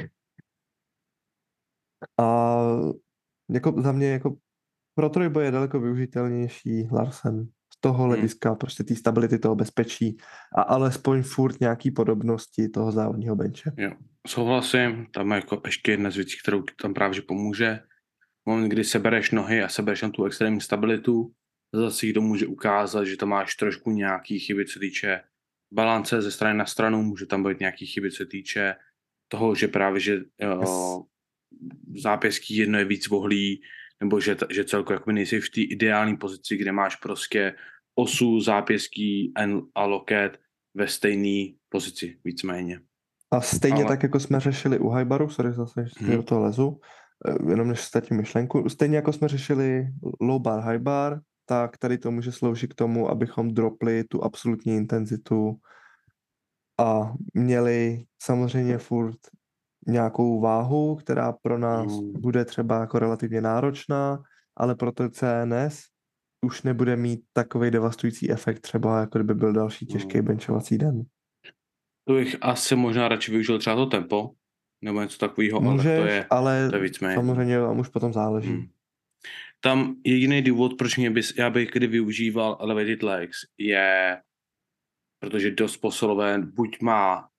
A jako za mě jako pro trojboj je daleko využitelnější Larsen z toho Hmm. hlediska, prostě té stability, toho bezpečí a alespoň furt nějaký podobnosti toho závodního benče. Jo, souhlasím, tam je jako ještě jedna z věcí, kterou tam právě že pomůže. V moment, kdy sebereš nohy a sebereš tam tu extrémní stabilitu, zase to může ukázat, že tam máš trošku nějaký chyby, co týče balance ze strany na stranu, může tam být nějaký chyby, co týče toho, že právě, že Yes. uh, zápěstí jedno je víc vohlý, nebo že, že celkově jako nejsi v té ideální pozici, kde máš prostě osu, zápěstí a loket ve stejné pozici, víceméně. A stejně Ale... tak, jako jsme řešili u Hajbaru, sorry zase, že hmm. do toho lezu, jenom než ztratím myšlenku, stejně jako jsme řešili low bar, high bar, tak tady to může sloužit k tomu, abychom dropli tu absolutní intenzitu a měli samozřejmě furt nějakou váhu, která pro nás hmm. bude třeba jako relativně náročná, ale pro to C N S už nebude mít takový devastující efekt třeba, jako kdyby byl další těžký hmm. benchovací den. To bych asi možná radši využil třeba to tempo, nebo něco takového, Můžeš, ale to je, ale to je víc méně. samozřejmě tam už potom záleží. Hmm. Tam jediný důvod, proč mě bys, já bych kdy využíval elevated legs, je, protože dost posilové buď má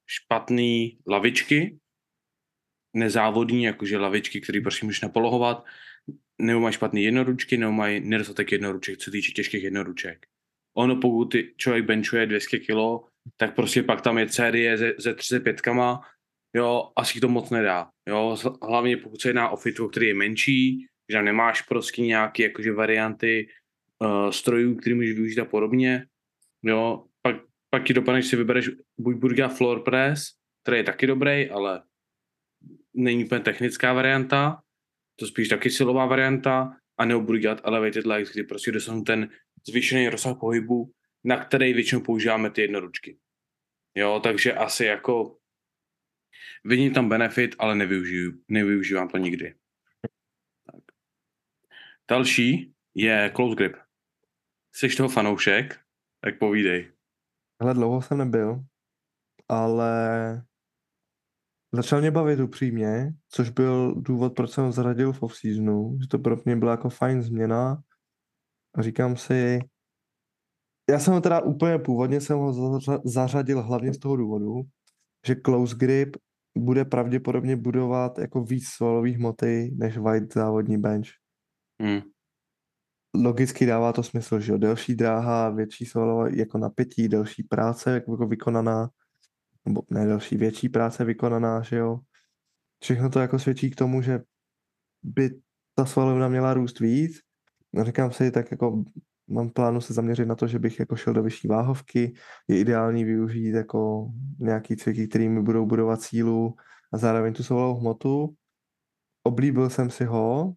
špatný lavičky, nezávodní, jakože lavičky, které prostě můžeš napolohovat, nebo mají špatný jednoručky, nebo mají nedostatek jednoruček, co týče těžkých jednoruček. Ono, pokud ty člověk benchuje dvě stě kilo, tak prostě pak tam je série ze, ze třicet pět, jo, asi to moc nedá, jo, hlavně pokud se jedná o fitu, který je menší, že nemáš prostě nějaké jakože varianty uh, strojů, který můžeš využít a podobně, jo, pak, pak ti dopadne, že si vybereš buď budu dělat floor press, který je taky dobrý, ale není úplně technická varianta, to spíš taky silová varianta, a nebo budu dělat elevated legs, kdy prostě dostanu ten zvýšený rozsah pohybu, na který většinou používáme ty jednoručky. Jo, takže asi jako vidím tam benefit, ale nevyužiju, nevyužívám to nikdy. Tak. Další je close grip. Jsi toho fanoušek? Tak povídej. Hele, dlouho jsem nebyl, ale začal mě bavit upřímně, což byl důvod, proč jsem ho zařadil v off-seasonu, že to pro mě byla jako fajn změna a říkám si, já jsem ho teda úplně původně jsem ho zařa- zařadil hlavně z toho důvodu, že close grip bude pravděpodobně budovat jako víc svalových hmoty než wide závodní bench. Hmm. Logicky dává to smysl, že jo, delší dráha, větší svalové jako napětí, delší práce jako vykonaná, nebo ne delší, větší práce vykonaná, že jo. Všechno to jako svědčí k tomu, že by ta svalovina měla růst víc. No, říkám si, tak jako mám plánu se zaměřit na to, že bych jako šel do vyšší váhovky. Je ideální využít jako nějaký cviky, který mi budou budovat sílu a zároveň tu svalovou hmotu. Oblíbil jsem si ho.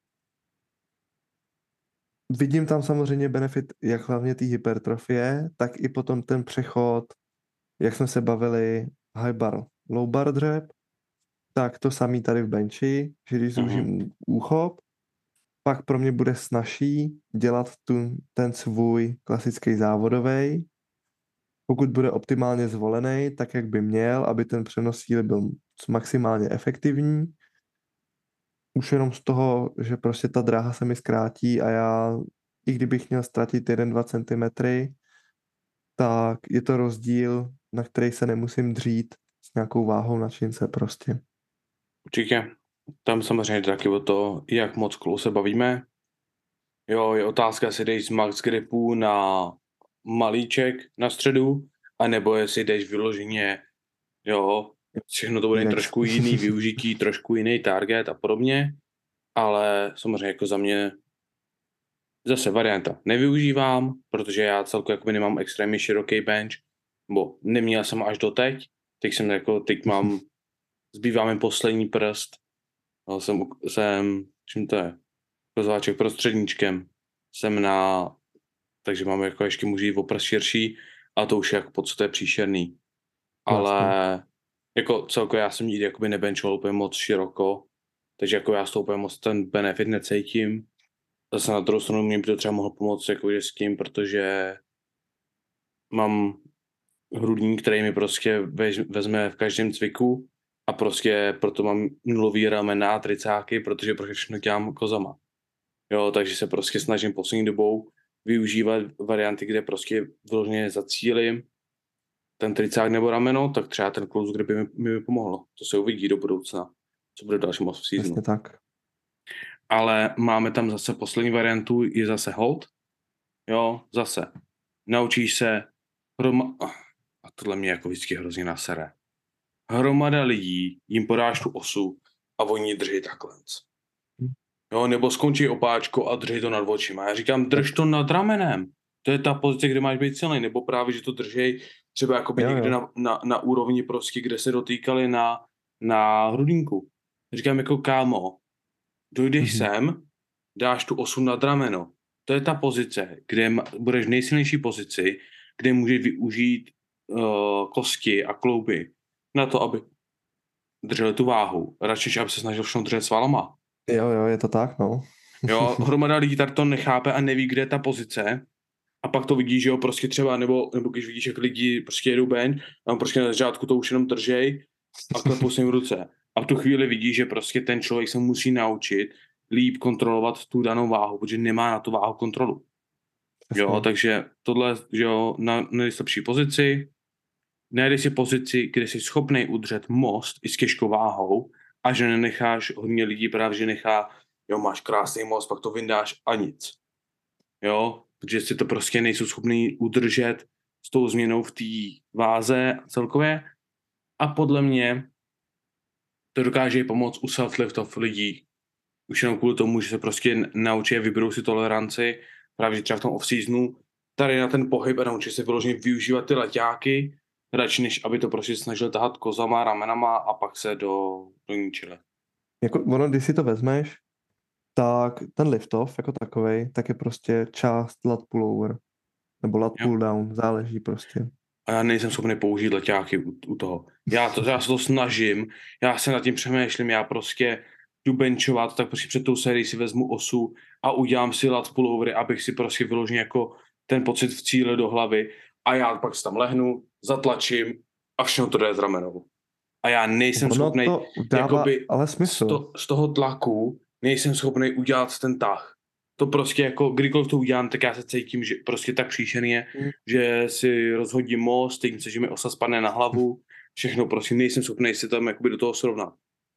Vidím tam samozřejmě benefit jak hlavně té hypertrofie, tak i potom ten přechod, jak jsme se bavili, high bar, low bar dřep, tak to samý tady v benchi, že když zúžím uh-huh. úchop, pak pro mě bude snazší dělat tu, ten svůj klasický závodový. Pokud bude optimálně zvolený, tak jak by měl, aby ten přenos síly byl maximálně efektivní. Už jenom z toho, že prostě ta dráha se mi zkrátí a já, i kdybych měl ztratit jeden až dva centimetry, tak je to rozdíl, na který se nemusím dřít s nějakou váhou na čince prostě. Určitě. Tam samozřejmě taky o to, jak moc kolu se bavíme. Jo, je otázka, jestli jdeš z max gripu na malíček na středu, anebo jestli jdeš vyloženě, jo, všechno to bude Next. trošku jiný využití, trošku jiný target a podobně, ale samozřejmě jako za mě zase varianta nevyužívám, protože já celkově jakoby nemám extrémně široký bench, bo neměl jsem až doteď, teď jsem jako, teď mám, zbývá mi poslední prst, no, jsem, jsem, čím to je, kozáček prostředníčkem, jsem na, takže mám jako ještě můžu jít o prst širší, a to už je jako podstatě je příšerný. Ale vlastně. Jako celkově já jsem nikdy jakoby nebenchoval úplně moc široko, takže jako já s tou úplně moc ten benefit necítím. Zase na druhou stranu mě by to třeba mohlo pomoct jako s tím, protože mám hrudník, který mi prostě vezme v každém cviku a prostě proto mám nulový ramena a tricáky, protože prostě všechno dělám kozama. Jo, takže se prostě snažím poslední dobou využívat varianty, kde prostě vyloženě zacílím ten tricák nebo rameno, tak třeba ten close grip by mi, mi pomohlo. To se uvidí do budoucna, co bude v dalším off-seasonu. Přesně tak. Ale máme tam zase poslední variantu, je zase hold. Jo, zase. Naučíš se hroma... A tohle mě jako vždycky hrozně nasere. Hromada lidí, jim podáš tu osu a oni drží takhle. Jo, nebo skončí opáčko a drží to nad očima. Já říkám, drž to nad ramenem. To je ta pozice, kde máš být silný. Nebo právě, že to držej třeba jakoby jo, někde jo. Na, na, na úrovni prostě, kde se dotýkali na, na hrudníku. Říkám jako kámo, dojdeš mm-hmm. sem, dáš tu osu nad rameno. To je ta pozice, kde budeš v nejsilnější pozici, kde můžeš využít uh, kosti a klouby na to, aby drželi tu váhu. Radši, aby se snažil všechno držet svalama. Jo, jo, je to tak, no. Jo, hromada lidí tady to nechápe a neví, kde je ta pozice. A pak to vidí, že jo, prostě třeba, nebo, nebo když vidíš, jak lidi prostě jedou bench, a prostě na začátku to už jenom držej a klepou se jim v ruce. A v tu chvíli vidí, že prostě ten člověk se musí naučit líp kontrolovat tu danou váhu, protože nemá na tu váhu kontrolu. Jo, takže tohle, že jo, na nejslabší pozici, najdeš si pozici, kde jsi schopný udržet most i s těžkou váhou a že nenecháš hodně lidí právě, že nechá, jo, máš krásný most, pak to vyndáš a nic. Jo, protože si to prostě nejsou schopný udržet s tou změnou v té váze celkově. A podle mě to dokáže pomoct u self-liftov lidí. Už jenom kvůli tomu, že se prostě naučí, vyberou si toleranci, právě třeba v tom off-seasonu, tady na ten pohyb a naučí se vyloženě využívat ty leťáky, radši než aby to prostě snažil tahat kozama, ramenama a pak se do, do ničile. Jako ono, když si to vezmeš, tak ten lift-off jako takovej, tak je prostě část lat pullover. Nebo lat Jo. pull down, záleží prostě. A já nejsem schopný použít leťáky u, u toho. Já, to. já se to snažím, já se nad tím přemýšlím, já prostě jdu benchovat, tak prostě před tou sérií si vezmu osu a udělám si lat pullovery, abych si prostě vyložil jako ten pocit v cíle do hlavy a já pak si tam lehnu, zatlačím a všechno to jde z ramenou. A já nejsem Ono schopný to dává jakoby ale z, smysl. to, z toho tlaku nejsem schopný udělat ten tah. To prostě jako, kdykoliv to udělám, tak já se cítím, že prostě tak příšerný je, Mm. že si rozhodím most, teď se, že mi osa spadne na hlavu, všechno prostě nejsem schopný si tam jakoby do toho srovnat.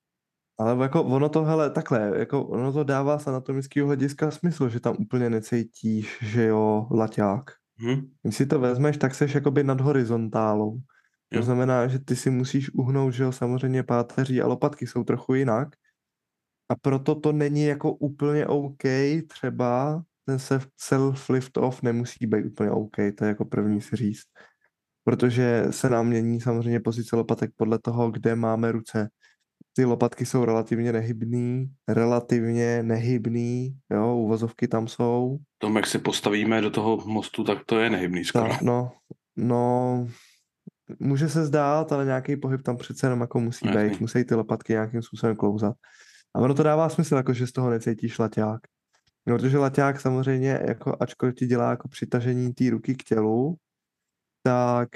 Ale jako ono to, hele, takhle, jako ono to dává z anatomického hlediska smysl, že tam úplně necítíš, že jo, laťák. Hm? Když si to vezmeš, tak seš jakoby nad horizontálou. To Jo. znamená, že ty si musíš uhnout, že jo, samozřejmě páteří a lopatky jsou trochu jinak. A proto to není jako úplně OK, třeba ten self-lift-off nemusí být úplně OK, to je jako první si říct. Protože se nám mění samozřejmě pozice lopatek podle toho, kde máme ruce. Ty lopatky jsou relativně nehybný, relativně nehybný, jo, uvozovky tam jsou. Tom, jak se postavíme do toho mostu, tak to je nehybný skoro. Ta, no, no, může se zdát, ale nějaký pohyb tam přece jenom jako musí Jasný. být, musí ty lopatky nějakým způsobem klouzat. A ono to dává smysl, jako že z toho necítíš laťák. No, protože laťák samozřejmě, jako ačkoliv ti dělá jako přitažení té ruky k tělu, tak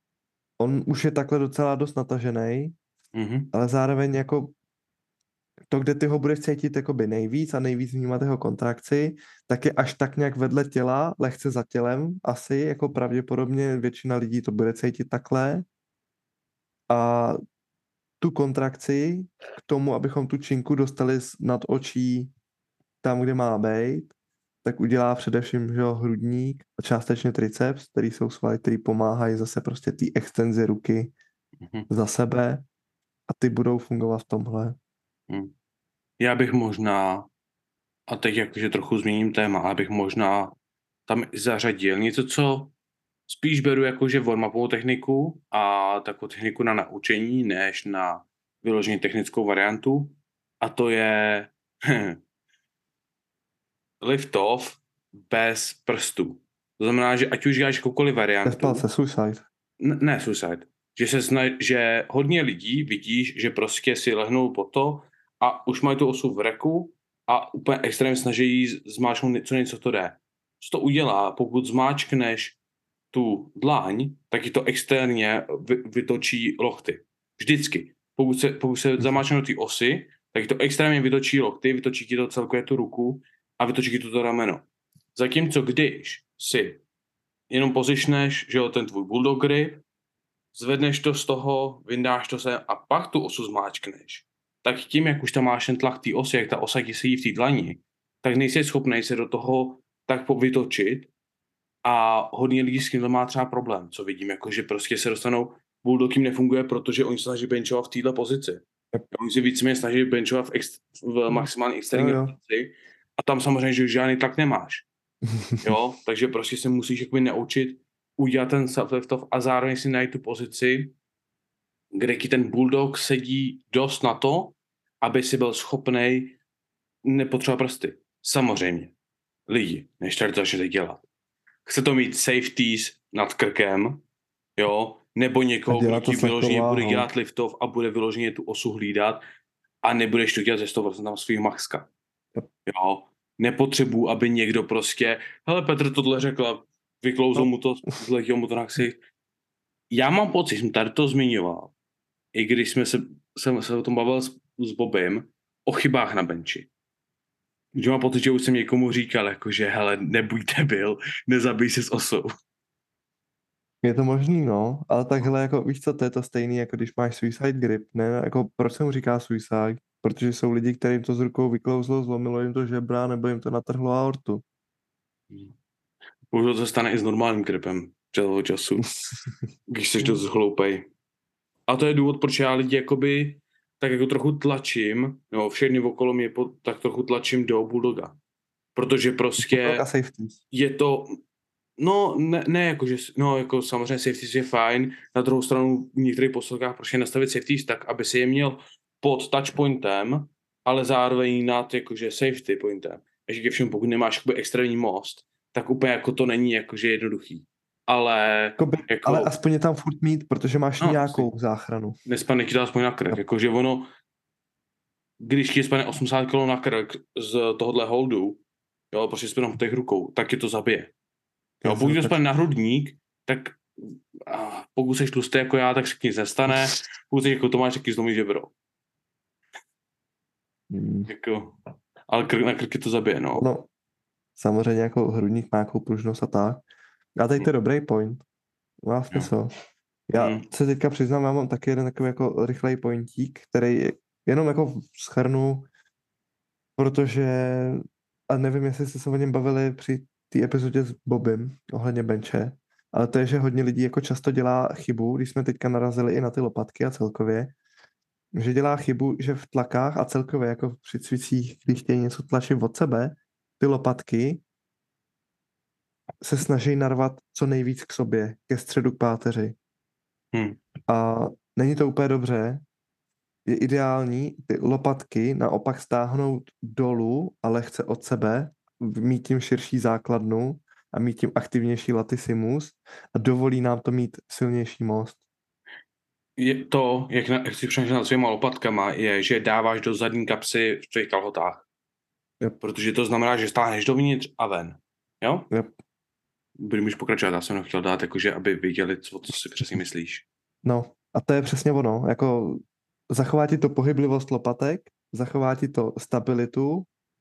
on už je takhle docela dost natažený, Mhm. ale zároveň jako to, kde ty ho budeš cítit jakoby nejvíc a nejvíc vnímat jeho kontrakci, tak je až tak nějak vedle těla, lehce za tělem, asi, jako pravděpodobně většina lidí to bude cítit takhle. A tu kontrakci k tomu, abychom tu činku dostali z- nad očí tam, kde má být, tak udělá především, že jo, hrudník a částečně triceps, který jsou svaly, který pomáhají zase prostě té extenzi ruky Mhm. za sebe a ty budou fungovat v tomhle. Hm. Já bych možná, a teď jakože trochu změním téma, ale bych možná tam zařadil něco, co spíš beru jako, že warm-upovou techniku a takovou techniku na naučení, než na vyloženě technickou variantu. A to je lift off bez prstů. To znamená, že ať už děláš jakoukoliv Bez variantu, palce, suicide. N- ne suicide, že se sna- že hodně lidí vidíš, že prostě si lehnou po to a už mají tu osu v reku a úplně extrémně snaží z- zmáčknout co něco to jde. Co to udělá, pokud zmáčkneš tu dlaň, tak ti to externě vy- vytočí lokty. Vždycky. Pokud se, pokud se zamáčkne do té osy, tak ti to extrémně vytočí lokty, vytočí ti to celkově tu ruku a vytočí ti to, to rameno. Zatímco když si jenom pozičneš, že jo, ten tvůj bulldog grip, zvedneš to z toho, vyndáš to sem a pak tu osu zmáčkneš, tak tím, jak už tam máš ten tlak té osy, jak ta osa ti sedí v té dlani, tak nejsi schopný se do toho tak vytočit a hodně lidí s tím má třeba problém, co vidím, jako že prostě se dostanou, bulldog jim nefunguje, protože oni se snaží benchovat v této pozici. Oni se víceméně snaží benchovat v, ex, v maximální externí Jo, jo. pozici a tam samozřejmě, že žádný tlak nemáš. Jo, takže prostě se musíš jakoby naučit udělat ten self-lift a zároveň si najít tu pozici, kde ti ten bulldog sedí dost na to, aby si byl schopnej nepotřebovat prsty. Samozřejmě. Lidi, než tady to začnete dělat. Chce to mít safeties nad krkem, jo, nebo někoho, A kdo dělat to ti s lehkou vyloženě bude váhou. dělat liftov a bude vyloženě tu osu hlídat a nebudeš to dělat ze sto procent tam svýho maxka. Yep. Jo, nepotřebuji, aby někdo prostě, hele, Petr tohle řekla, vyklouzl No. mu to, zletěl mu to na ksich. Já mám pocit, jsem tady to zmiňoval, i když jsme se, jsem se o tom bavil s, s Bobem, o chybách na benči. Že mám pocit, že už jsem někomu říkal, jako, že hele, nebuď debil, nezabij se s osou. Je to možný, no, ale takhle jako víš co, to je to stejný, jako když máš suicide grip, ne, jako proč se mu říká suicide? Protože jsou lidi, kterým to z rukou vyklouzlo, zlomilo jim to žebra, nebo jim to natrhlo aortu. Bohužel to se stane i s normálním gripem celého času, když jsi dost hloupej. A to je důvod, proč já lidi jakoby tak jako trochu tlačím, no všechny okolo mě po, tak trochu tlačím do bulldoga. Protože prostě A safeties. je to, no ne, ne jako, že, no jako samozřejmě safeties je fajn, na druhou stranu v některých posledkách prostě nastavit safeties tak, aby si je měl pod touchpointem, ale zároveň nad jakože safety pointem. Takže ke všemu, pokud nemáš jakoby extrémní most, tak úplně jako to není jakože jednoduchý. Ale Jakoby, jako, ale aspoň je tam furt mít, protože máš no, nějakou si, záchranu. nespadne ti to aspoň na krk, Jo. jakože ono, když ti spadne osmdesát kilo na krk z tohohle holdu, jo, prostě spadne v těch rukou, tak je to zabije. Jo, pokud to spadne na hrudník, tak a pokud jsi tlustý jako já, tak se k ní nestane, pokud jsi jako Tomáš, tak ti zlomí žebro. Hmm. Jako, ale krk, na krky to zabije, no. No, samozřejmě jako hrudník má nějakou pružnost a tak. A tady to je dobrý point. Má smysl. Já Hmm. se teďka přiznám, já mám taky jeden takový jako rychlej pointík, který jenom jako schrnu, protože, a nevím, jestli jste se o něm bavili při té epizodě s Bobem ohledně benče, ale to je, že hodně lidí jako často dělá chybu, když jsme teďka narazili i na ty lopatky a celkově, že dělá chybu, že v tlakách a celkově jako při cvicích, když chtějí něco tlačit od sebe, ty lopatky se snaží narvat co nejvíc k sobě, ke středu k páteři. Hmm. A není to úplně dobře. Je ideální ty lopatky naopak stáhnout dolů a lehce od sebe, mít tím širší základnu a mít tím aktivnější latissimus a dovolí nám to mít silnější most. Je to, jak, na, jak si přemýšlel nad svýma lopatkama, je, že dáváš do zadní kapsy v tvých kalhotách. Yep. Protože to znamená, že stáhneš dovnitř a ven. Jo? Yep. Budeš pokračovat, já jsem chtěl dát, jakože, aby viděli, co, co si přesně myslíš. No a to je přesně ono, jako zachová ti to pohyblivost lopatek, zachová ti to stabilitu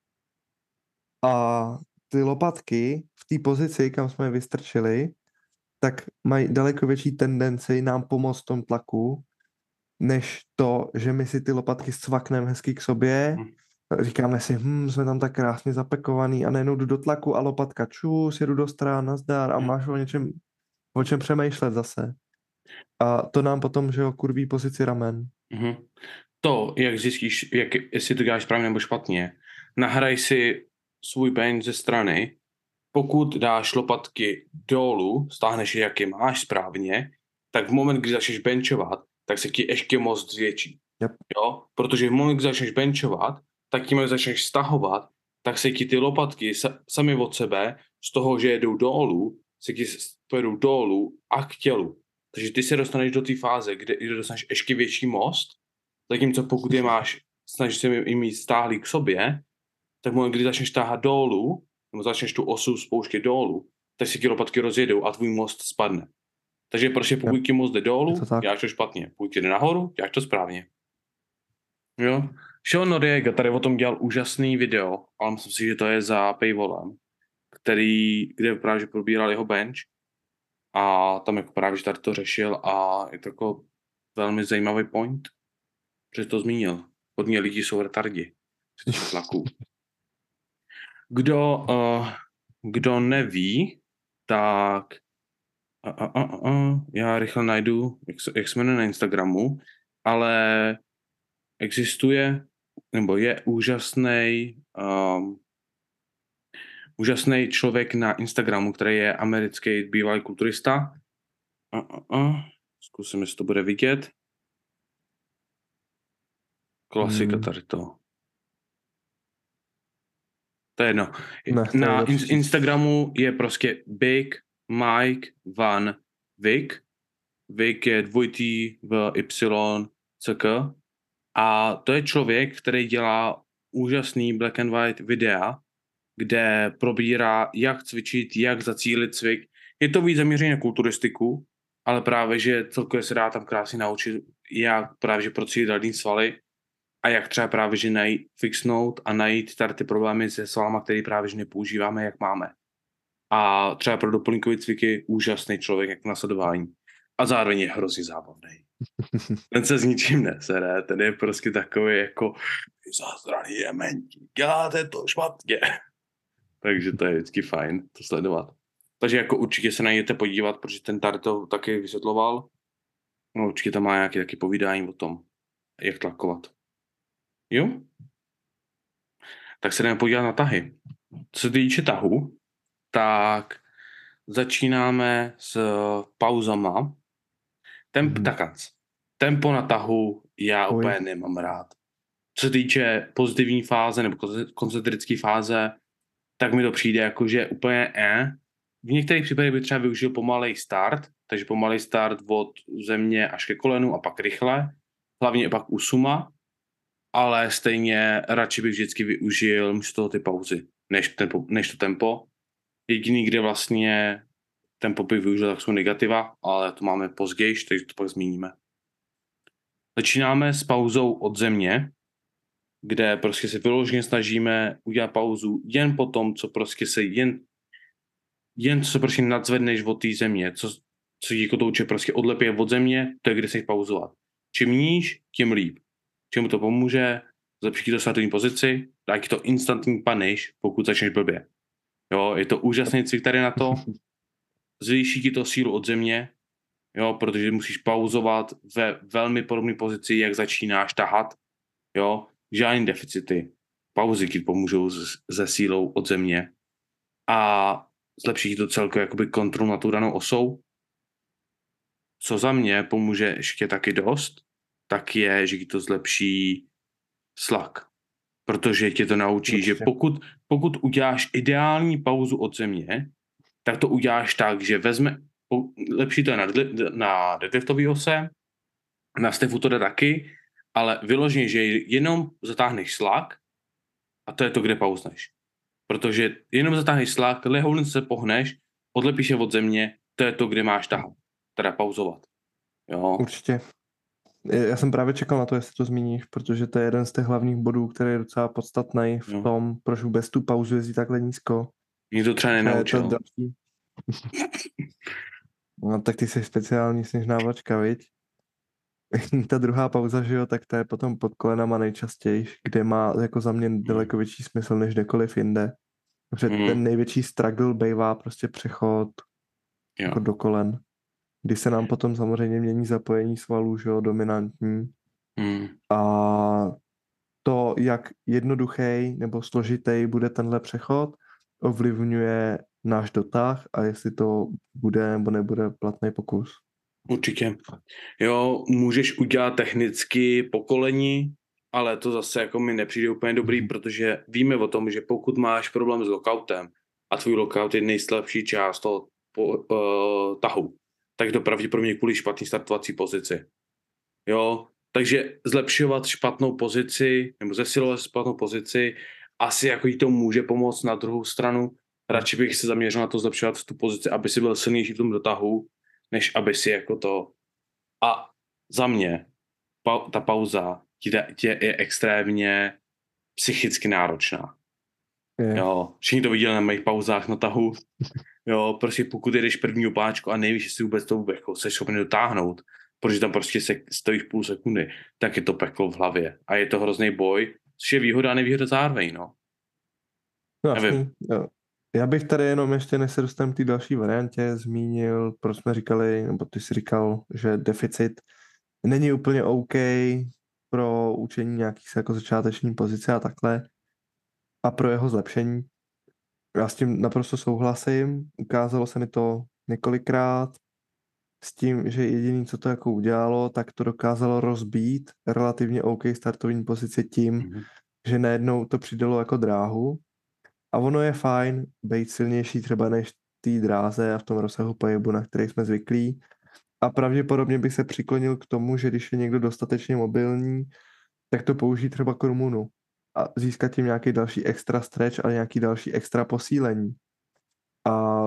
a ty lopatky v té pozici, kam jsme je vystrčili, tak mají daleko větší tendenci nám pomoct v tom tlaku, než to, že my si ty lopatky scvakneme hezky k sobě, Hmm. říkáme si, hm, jsme tam tak krásně zapekovaný a najednou jdu do tlaku a lopatka čus, jedu do strán, nazdar a Hmm. máš o něčem, o čem přemýšlet zase. A to nám potom, že jo, kurví pozici ramen. Mm-hmm. To, jak zjistíš, jak, jestli to děláš správně nebo špatně, nahraj si svůj bench ze strany, pokud dáš lopatky dolů, stáhneš je, jak je máš správně, tak v moment, kdy začneš benchovat, tak se ti ještě moc zvětší. Yep. Jo? Protože v moment, kdy začneš benchovat, tak tím, jak začneš stahovat, tak se ti ty lopatky sa, sami od sebe, z toho, že jedou dolů, se ti pojedou dolů a k tělu. Takže ty se dostaneš do té fáze, kde, kde dostaneš ještě větší most, zatímco pokud je máš, snažíš se jim mít stáhlý k sobě, tak v moment, kdy začneš táhat dolů, nebo začneš tu osu spouštět dolů, tak si ti lopatky rozjedou a tvůj most spadne. Takže prostě pokud ti most jde dolů, to děláš to špatně. Pokud ti jde nahoru, děláš to správně. Jo? Sean Noriega tady o tom dělal úžasný video, ale myslím si, že to je za paywallem, který, kde právě že probíral jeho bench a tam jako právě že tady to řešil a je to jako velmi zajímavý point, že to zmínil. Hodně lidí jsou retardi při těch tlaku. Kdo, uh, kdo neví, tak a, a, a, a, já rychle najdu, jak se, jak se jmenuje na Instagramu, ale existuje, nebo je úžasný um, úžasný člověk na Instagramu, který je americký bývalý kulturista. A, a, a. Zkusím, jestli to bude vidět. Klasika tady to. To je jedno. Ne, to na je in- Instagramu je prostě Big Mike Van Vick. Vick je dvojitý v Y C K. A to je člověk, který dělá úžasný black and white videa, kde probírá, jak cvičit, jak zacílit cvik. Je to víc zaměřené na kulturistiku, ale právě, že celkově se dá tam krásně naučit, jak právě, že procílit další svaly a jak třeba právě, že najít, fixnout a najít tady ty problémy se svalama, které právě, že nepoužíváme, jak máme. A třeba pro doplňkový cviky úžasný člověk jak nasledování. A zároveň je hrozně zábavný. Ten se s ničím nesere, ten je prostě takový jako zázraný jementi, děláte to špatně. Takže to je vždycky fajn to sledovat. Takže jako určitě se najděte podívat, protože ten tady to taky vysvětloval. No, určitě tam má nějaké taky povídání o tom, jak tlakovat. Jo? Tak se jdeme podívat na tahy. Co se týče tahu, tak začínáme s pauzama. Temp, Mhm. takanc. Tempo na tahu já Oj. úplně nemám rád. Co se týče pozitivní fáze nebo koncentrické fáze, tak mi to přijde jako, že úplně eh. V některých případech bych třeba využil pomalej start, takže pomalej start od země až ke kolenu a pak rychle, hlavně pak u suma, ale stejně radši bych vždycky využil místo toho ty pauzy, než, tempo, než to tempo. Jediný, kde vlastně tempo bych využil, tak jsou negativa, ale to máme později, takže to pak zmíníme. Začínáme s pauzou od země, kde prostě se vyloženě snažíme udělat pauzu jen po tom, co prostě se jen, jen co se prostě nadzvedneš od té země, co, co díko to uče prostě odlepě od země, to je, kde se pauzovat. Čím níž, tím líp. Čemu to pomůže, zlepší to startovní pozici, dá ti to instantní punish, pokud začneš blbě. Jo, je to úžasný cvik tady na to, zvýší ti to sílu od země, jo, protože musíš pauzovat ve velmi podobné pozici, jak začínáš tahat, jo, žádný deficity. Pauzy ti pomůžou se sílou od země a zlepší ti to celkově jakoby kontrolu na tu danou osou. Co za mě pomůže ještě taky dost, tak je, že ti to zlepší slak. Protože tě to naučí, Určitě. že pokud, pokud uděláš ideální pauzu od země, tak to uděláš tak, že vezme, lepší to je na, na deadliftový ose, na stefu to jde taky, ale vyloženě, že jenom zatáhneš slak a to je to, kde pauzneš. Protože jenom zatáhneš slak, lehoulen se pohneš, odlepíš je od země, to je to, kde máš tahat, teda pauzovat. Jo. Určitě. Já jsem právě čekal na to, jestli to zmíníš, protože to je jeden z těch hlavních bodů, který je docela podstatný v Jo. tom, proč vůbec tu pauzu jezdí takhle nízko. Mě to třeba To je nenaučil. to další. No tak ty jsi speciální sněžnávačka, viď? Ta druhá pauza, že jo, tak to je potom pod kolenama nejčastěji, kde má jako za mě daleko větší smysl než kdekoliv jinde. Protože Mm. ten největší struggle bývá prostě přechod Jo. jako do kolen. Kdy se nám potom samozřejmě mění zapojení svalů, že jo, dominantní. Mm. A to, jak jednoduchý nebo složitý bude tenhle přechod, ovlivňuje náš dotah a jestli to bude nebo nebude platný pokus. Určitě. Jo, můžeš udělat technicky pokolení, ale to zase jako mi nepřijde úplně dobrý, Mhm. protože víme o tom, že pokud máš problém s lockoutem a tvůj lockout je nejslabší část toho po, uh, tahu, tak to pravděpodobně kvůli špatný startovací pozici. Jo, takže zlepšovat špatnou pozici nebo zesilovat špatnou pozici asi jako jí to může pomoct. Na druhou stranu radši bych se zaměřil na to zlepšovat tu pozici, aby si byl silnější v tom dotahu, než aby si jako to... A za mě pa, ta pauza tě, tě je extrémně psychicky náročná. Je. Jo, všichni to viděli na mých pauzách na tahu. Jo, prostě pokud jdeš první opáčku a nevíš, jestli vůbec to jako seš schopný dotáhnout, protože tam prostě se, stojíš půl sekundy, tak je to peklo v hlavě. A je to hrozný boj, což je výhoda a nevýhoda zároveň, no. No Nevím. jasný, jo. Já bych tady jenom ještě, než se dostaneme k té další variantě, zmínil, proč jsme říkali, nebo ty jsi říkal, že deficit není úplně OK pro učení nějakých jako začáteční pozice a takhle a pro jeho zlepšení. Já s tím naprosto souhlasím, ukázalo se mi to několikrát s tím, že jediný, co to jako udělalo, tak to dokázalo rozbít relativně OK startovní pozici tím, Mhm. že najednou to přidalo jako dráhu. A ono je fajn být silnější třeba než té dráze a v tom rozsahu pohybu, na který jsme zvyklí. A pravděpodobně bych se přiklonil k tomu, že když je někdo dostatečně mobilní, tak to použít třeba k rumunu a získat tím nějaký další extra stretch a nějaký další extra posílení. A,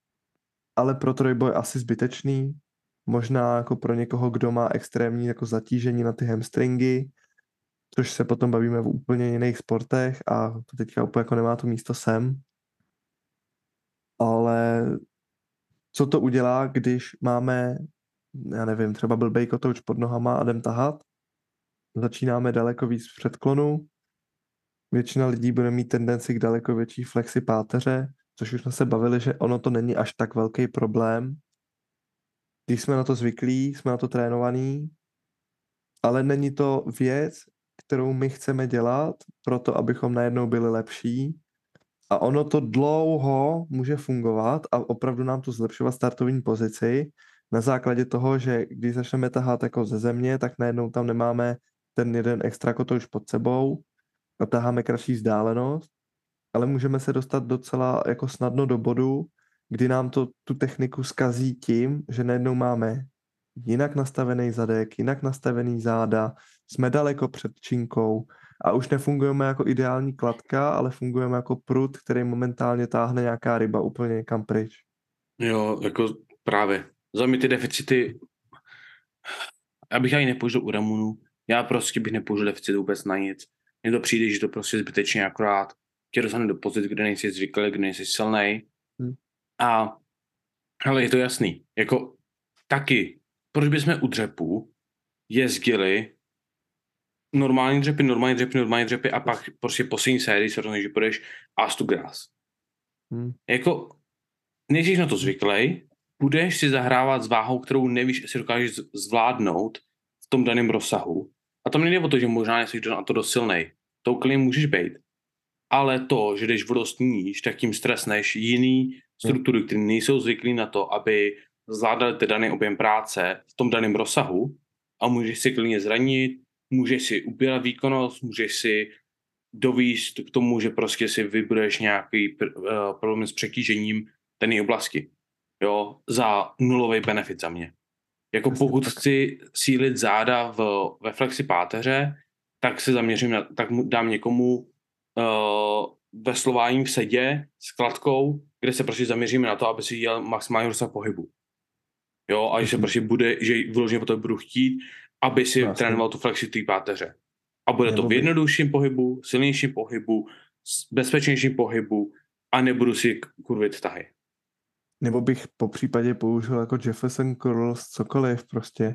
ale pro trojboj asi zbytečný. Možná jako pro někoho, kdo má extrémní jako zatížení na ty hamstringy, což se potom bavíme v úplně jiných sportech a to teďka úplně jako nemá to místo sem. ale co to udělá, když máme, já nevím, třeba blbej kotouč pod nohama a jdem tahat, začínáme daleko víc v předklonu, většina lidí bude mít tendenci k daleko větší flexi páteře, což už jsme se bavili, že ono to není až tak velký problém. Když jsme na to zvyklí, jsme na to trénovaní, ale není to věc, kterou my chceme dělat, proto abychom najednou byli lepší. A ono to dlouho může fungovat a opravdu nám to zlepšovat startovní pozici na základě toho, že když začneme tahat jako ze země, tak najednou tam nemáme ten jeden extra kotouč pod sebou a taháme kratší vzdálenost, ale můžeme se dostat docela jako snadno do bodu, kdy nám to tu techniku zkazí tím, že najednou máme jinak nastavený zadek, jinak nastavený záda, jsme daleko před činkou a už nefungujeme jako ideální kladka, ale fungujeme jako prut, který momentálně táhne nějaká ryba úplně někam pryč. Jo, jako právě. Za mě ty deficity, já bych ani nepoužil u Ramunu, já prostě bych nepoužil deficit vůbec na nic. Mně to přijde, že to prostě zbytečně akorát tě dostane do pozic, kde nejsi zvyklý, kde nejsi silnej. Hmm. A ale je to jasný. Jako taky, proč bychom u dřepu jezdili normální dřepy, normální dřepy, normální dřepy a pak prostě poslední sérii se rozhodne, že půjdeš ass to grass. Hmm. Jako nejsi na to zvyklý, budeš si zahrávat s váhou, kterou nevíš, jestli dokážeš zvládnout v tom daném rozsahu. A tam nejde o to, že možná nejsi na to dost silnej. To klidně můžeš být. Ale to, že jdeš vodost níž, tak tím stresneš jiný struktury, které nejsou zvyklí na to, aby zvládali ten daný objem práce v tom daném rozsahu a můžeš si klidně zranit, můžeš si ubírat výkonnost, můžeš si dovíst k tomu, že prostě si vybuduješ nějaký pr- uh, problém s přetížením dané oblasti. Jo, za nulový benefit za mě. Jako pokud chci sílit záda v, ve flexi páteře, tak se zaměřím na, tak dám někomu uh, veslování v sedě s kladkou, kde se prostě zaměříme na to, aby si dělal maximální rozsah pohybu. Jo, a že se prostě bude, že vyloženě potom budu chtít, aby si Vlastně. trénoval tu flexi té páteře. A bude to v jednodušším pohybu, silnějším pohybu, bezpečnějším pohybu a nebudu si kurvit tahy. Nebo bych po případě použil jako Jefferson curls, cokoliv prostě.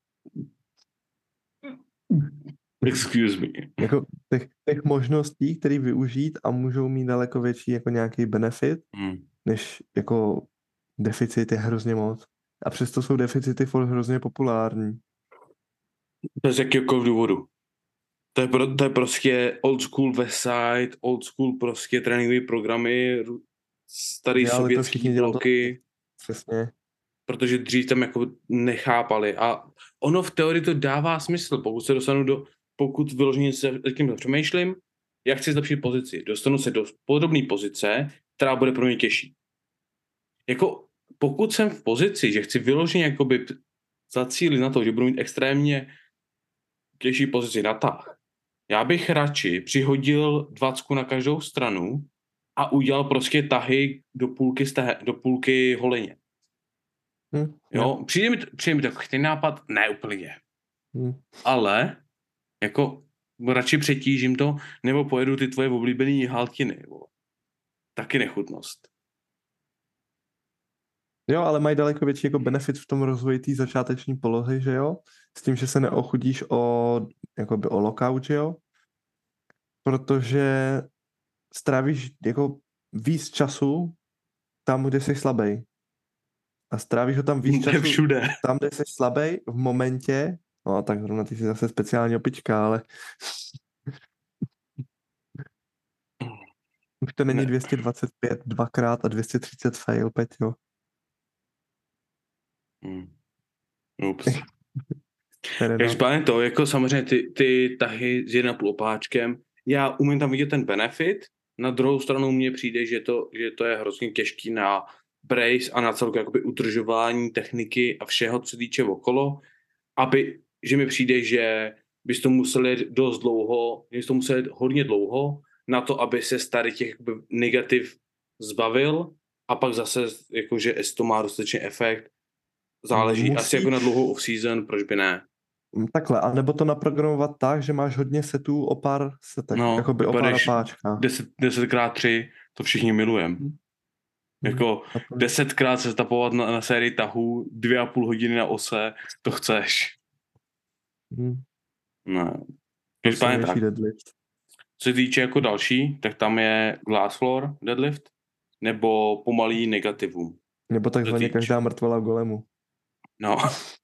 Excuse me. Jako těch, těch možností, které využít a můžou mít daleko větší jako nějaký benefit, hmm. než jako deficit je hrozně moc. A přesto jsou deficity furt hrozně populární. Bez jakýkoliv důvodu. To je, pro, to je prostě old school Westside, old school prostě tréninkové programy, starý Já, sovětský bloky. To... Přesně. Protože dřív tam jako nechápali. A ono v teorii to dává smysl, pokud se dostanu do, pokud vyloženě se tím přemýšlím, jak chci zlepšit pozici. Dostanu se do podobné pozice, která bude pro mě těžší. Jako pokud jsem v pozici, že chci vyloženě jakoby zacílit na to, že budu mít extrémně těžší pozici na tah, já bych radši přihodil dvacku na každou stranu a udělal prostě tahy do půlky, stahe, do půlky holeně. Hmm, jo, přijde mi, přijde mi takový ten nápad, ne úplně. Hmm. Ale jako radši přetížím to, nebo pojedu ty tvoje oblíbený haltiny. Bo. Taky nechutnost. Jo, ale mají daleko větší jako benefit v tom rozvoji té začáteční polohy, že jo? S tím, že se neochudíš o, jakoby o lockout, že jo? Protože strávíš jako víc času tam, kde jsi slabý. A strávíš ho tam víc času všude. Tam, kde jsi slabý v momentě, no a tak zrovna ty jsi zase speciální opička, ale už to není ne. dvě stě dvacet pět dvakrát a dvě stě třicet fail, Peťo. Hmm. Ups. Každopádně to, jako samozřejmě ty, ty tahy s jedna půl opáčkem, já umím tam vidět ten benefit, na druhou stranu mně přijde, že to, že to je hrozně těžký na brace a na celku jakoby udržování techniky a všeho, co týče okolo, aby, že mi přijde, že bys to musel jít dost dlouho, bys to musel jít hodně dlouho na to, aby se tady těch negativ zbavil a pak zase, jakože jestli to má dostatečný efekt, záleží. Musíš. Asi jako na dlouhou off-season, proč by ne? Takhle, anebo to naprogramovat tak, že máš hodně setů o pár setek, no, jakoby o pár páčkách. deset krát tři, to všichni milujeme. Hmm. Jako Naplň. desetkrát se tapovat na, na sérii tahů, dvě a půl hodiny na ose, to chceš. Hmm. Ne. Každopádně tak. Silnější deadlift. Co se týče jako další, tak tam je glass floor deadlift, nebo pomalý negativum. Nebo takzvaně týče. každá mrtvola v golemu. No,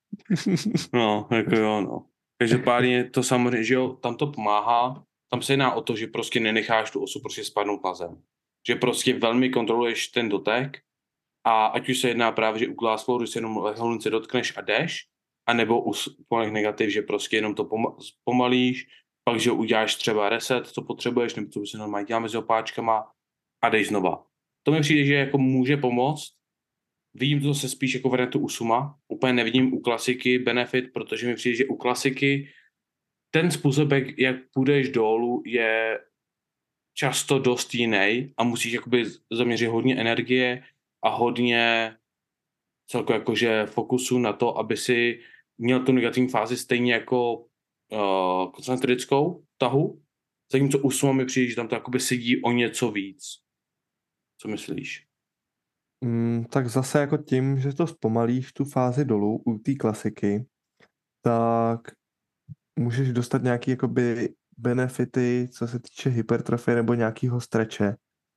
no, jako jo, no. Každopádně to samozřejmě, že jo, tam to pomáhá, tam se jedná o to, že prostě nenecháš tu osu prostě spadnout na zem. Že prostě velmi kontroluješ ten dotek a ať už se jedná právě, že u glass flooru si jenom lehonce dotkneš a jdeš, anebo u pomalých negativ, že prostě jenom to pom- pomalíš, pak, že uděláš třeba reset, co potřebuješ, nebo co by se normálně dělá mezi opáčkama a jdeš znova. To mi přijde, že jako může pomoct. Vidím to se spíš jako variantu u suma. Úplně nevidím u klasiky benefit, protože mi přijde, že u klasiky ten způsob, jak, jak půjdeš dolů, je často dost jiný a musíš jakoby zaměřit hodně energie a hodně celkově jakože fokusu na to, aby si měl tu negativní fázi stejně jako uh, koncentrickou tahu. Zatímco u suma mi přijde, že tam to jakoby sedí o něco víc. Co myslíš? Mm, tak zase jako tím, že to zpomalíš tu fázi dolů u té klasiky, tak můžeš dostat nějaký jakoby benefity, co se týče hypertrofie nebo nějakého stretche.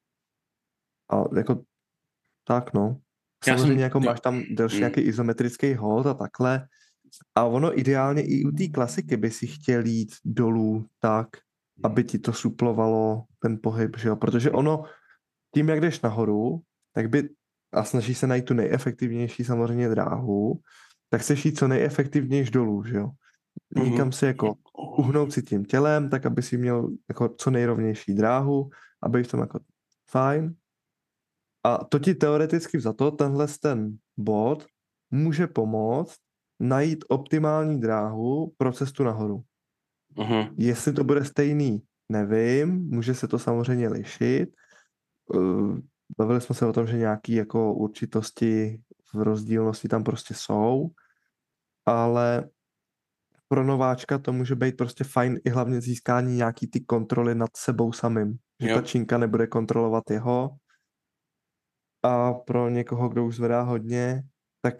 A jako tak no. Já Samozřejmě jsem, jako máš tam další hmm. nějaký izometrický hold a takhle. A ono ideálně i u té klasiky by si chtěl jít dolů tak, aby ti to suplovalo ten pohyb, že jo? Protože ono, tím jak jdeš nahoru, tak by, a snažíš se najít tu nejefektivnější samozřejmě dráhu, tak chceš jít co nejefektivnější dolů, že jo? Nikam si jako uhnout si tím tělem, tak aby si měl jako co nejrovnější dráhu, aby v tom jako fajn. A to ti teoreticky za to tenhle ten bod může pomoct najít optimální dráhu pro cestu nahoru. Uh-huh. Jestli to bude stejný, nevím, může se to samozřejmě lišit. Bavili jsme se o tom, že nějaké jako určitosti v rozdílnosti tam prostě jsou, ale pro nováčka to může být prostě fajn i hlavně získání nějaký ty kontroly nad sebou samým. Že Jo. ta činka nebude kontrolovat jeho a pro někoho, kdo už zvedá hodně, tak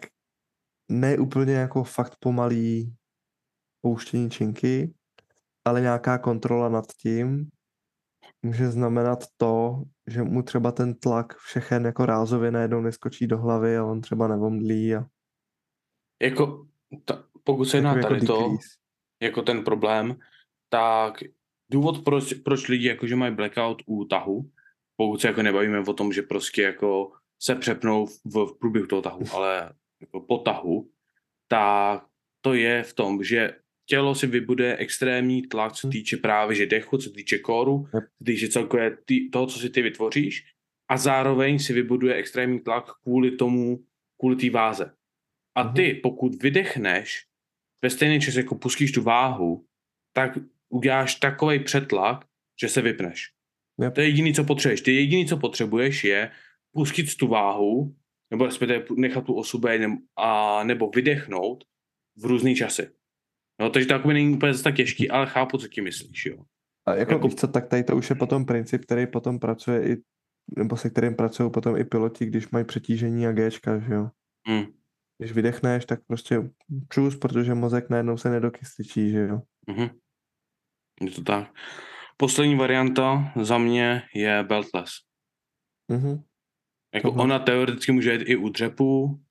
ne úplně jako fakt pomalý pouštění činky, ale nějaká kontrola nad tím může znamenat to, že mu třeba ten tlak všechen jako rázově najednou neskočí do hlavy a on třeba nevomdlí a Jako, ta, pokud se jedná takový jako tady to, decrease. jako ten problém, tak důvod, proč, proč lidi jakože mají blackout u tahu, pokud se jako nebavíme o tom, že prostě jako se přepnou v, v průběhu toho tahu, ale jako po tahu, tak to je v tom, že tělo si vybuduje extrémní tlak, co týče právě že dechu, co týče kóru, Yep. co týče celkově tý, toho, co si ty vytvoříš, a zároveň si vybuduje extrémní tlak kvůli tomu, kvůli té váze. A ty, pokud vydechneš, ve stejný čas jako pustíš tu váhu, tak uděláš takovej přetlak, že se vypneš. Yep. To je jediné, co potřebuješ. Ty jediné, co potřebuješ, je pustit tu váhu, nebo respektive nechat tu osu být, a nebo vydechnout v různý časy. No, takže to jako není úplně tak těžký, ale chápu, co ti myslíš, jo. A jako, Jako- víš co, tak tady to už je potom princip, který potom pracuje i, nebo se kterým pracují potom i piloti, když mají přetížení a Gčka, že jo. Hmm. Když vydechneš, tak prostě čus, protože mozek najednou se nedokysličí, že jo. Mhm. Je to tak. Poslední varianta za mě je beltless. Mhm. Jako Tohle. ona teoreticky může jít i u dřepu.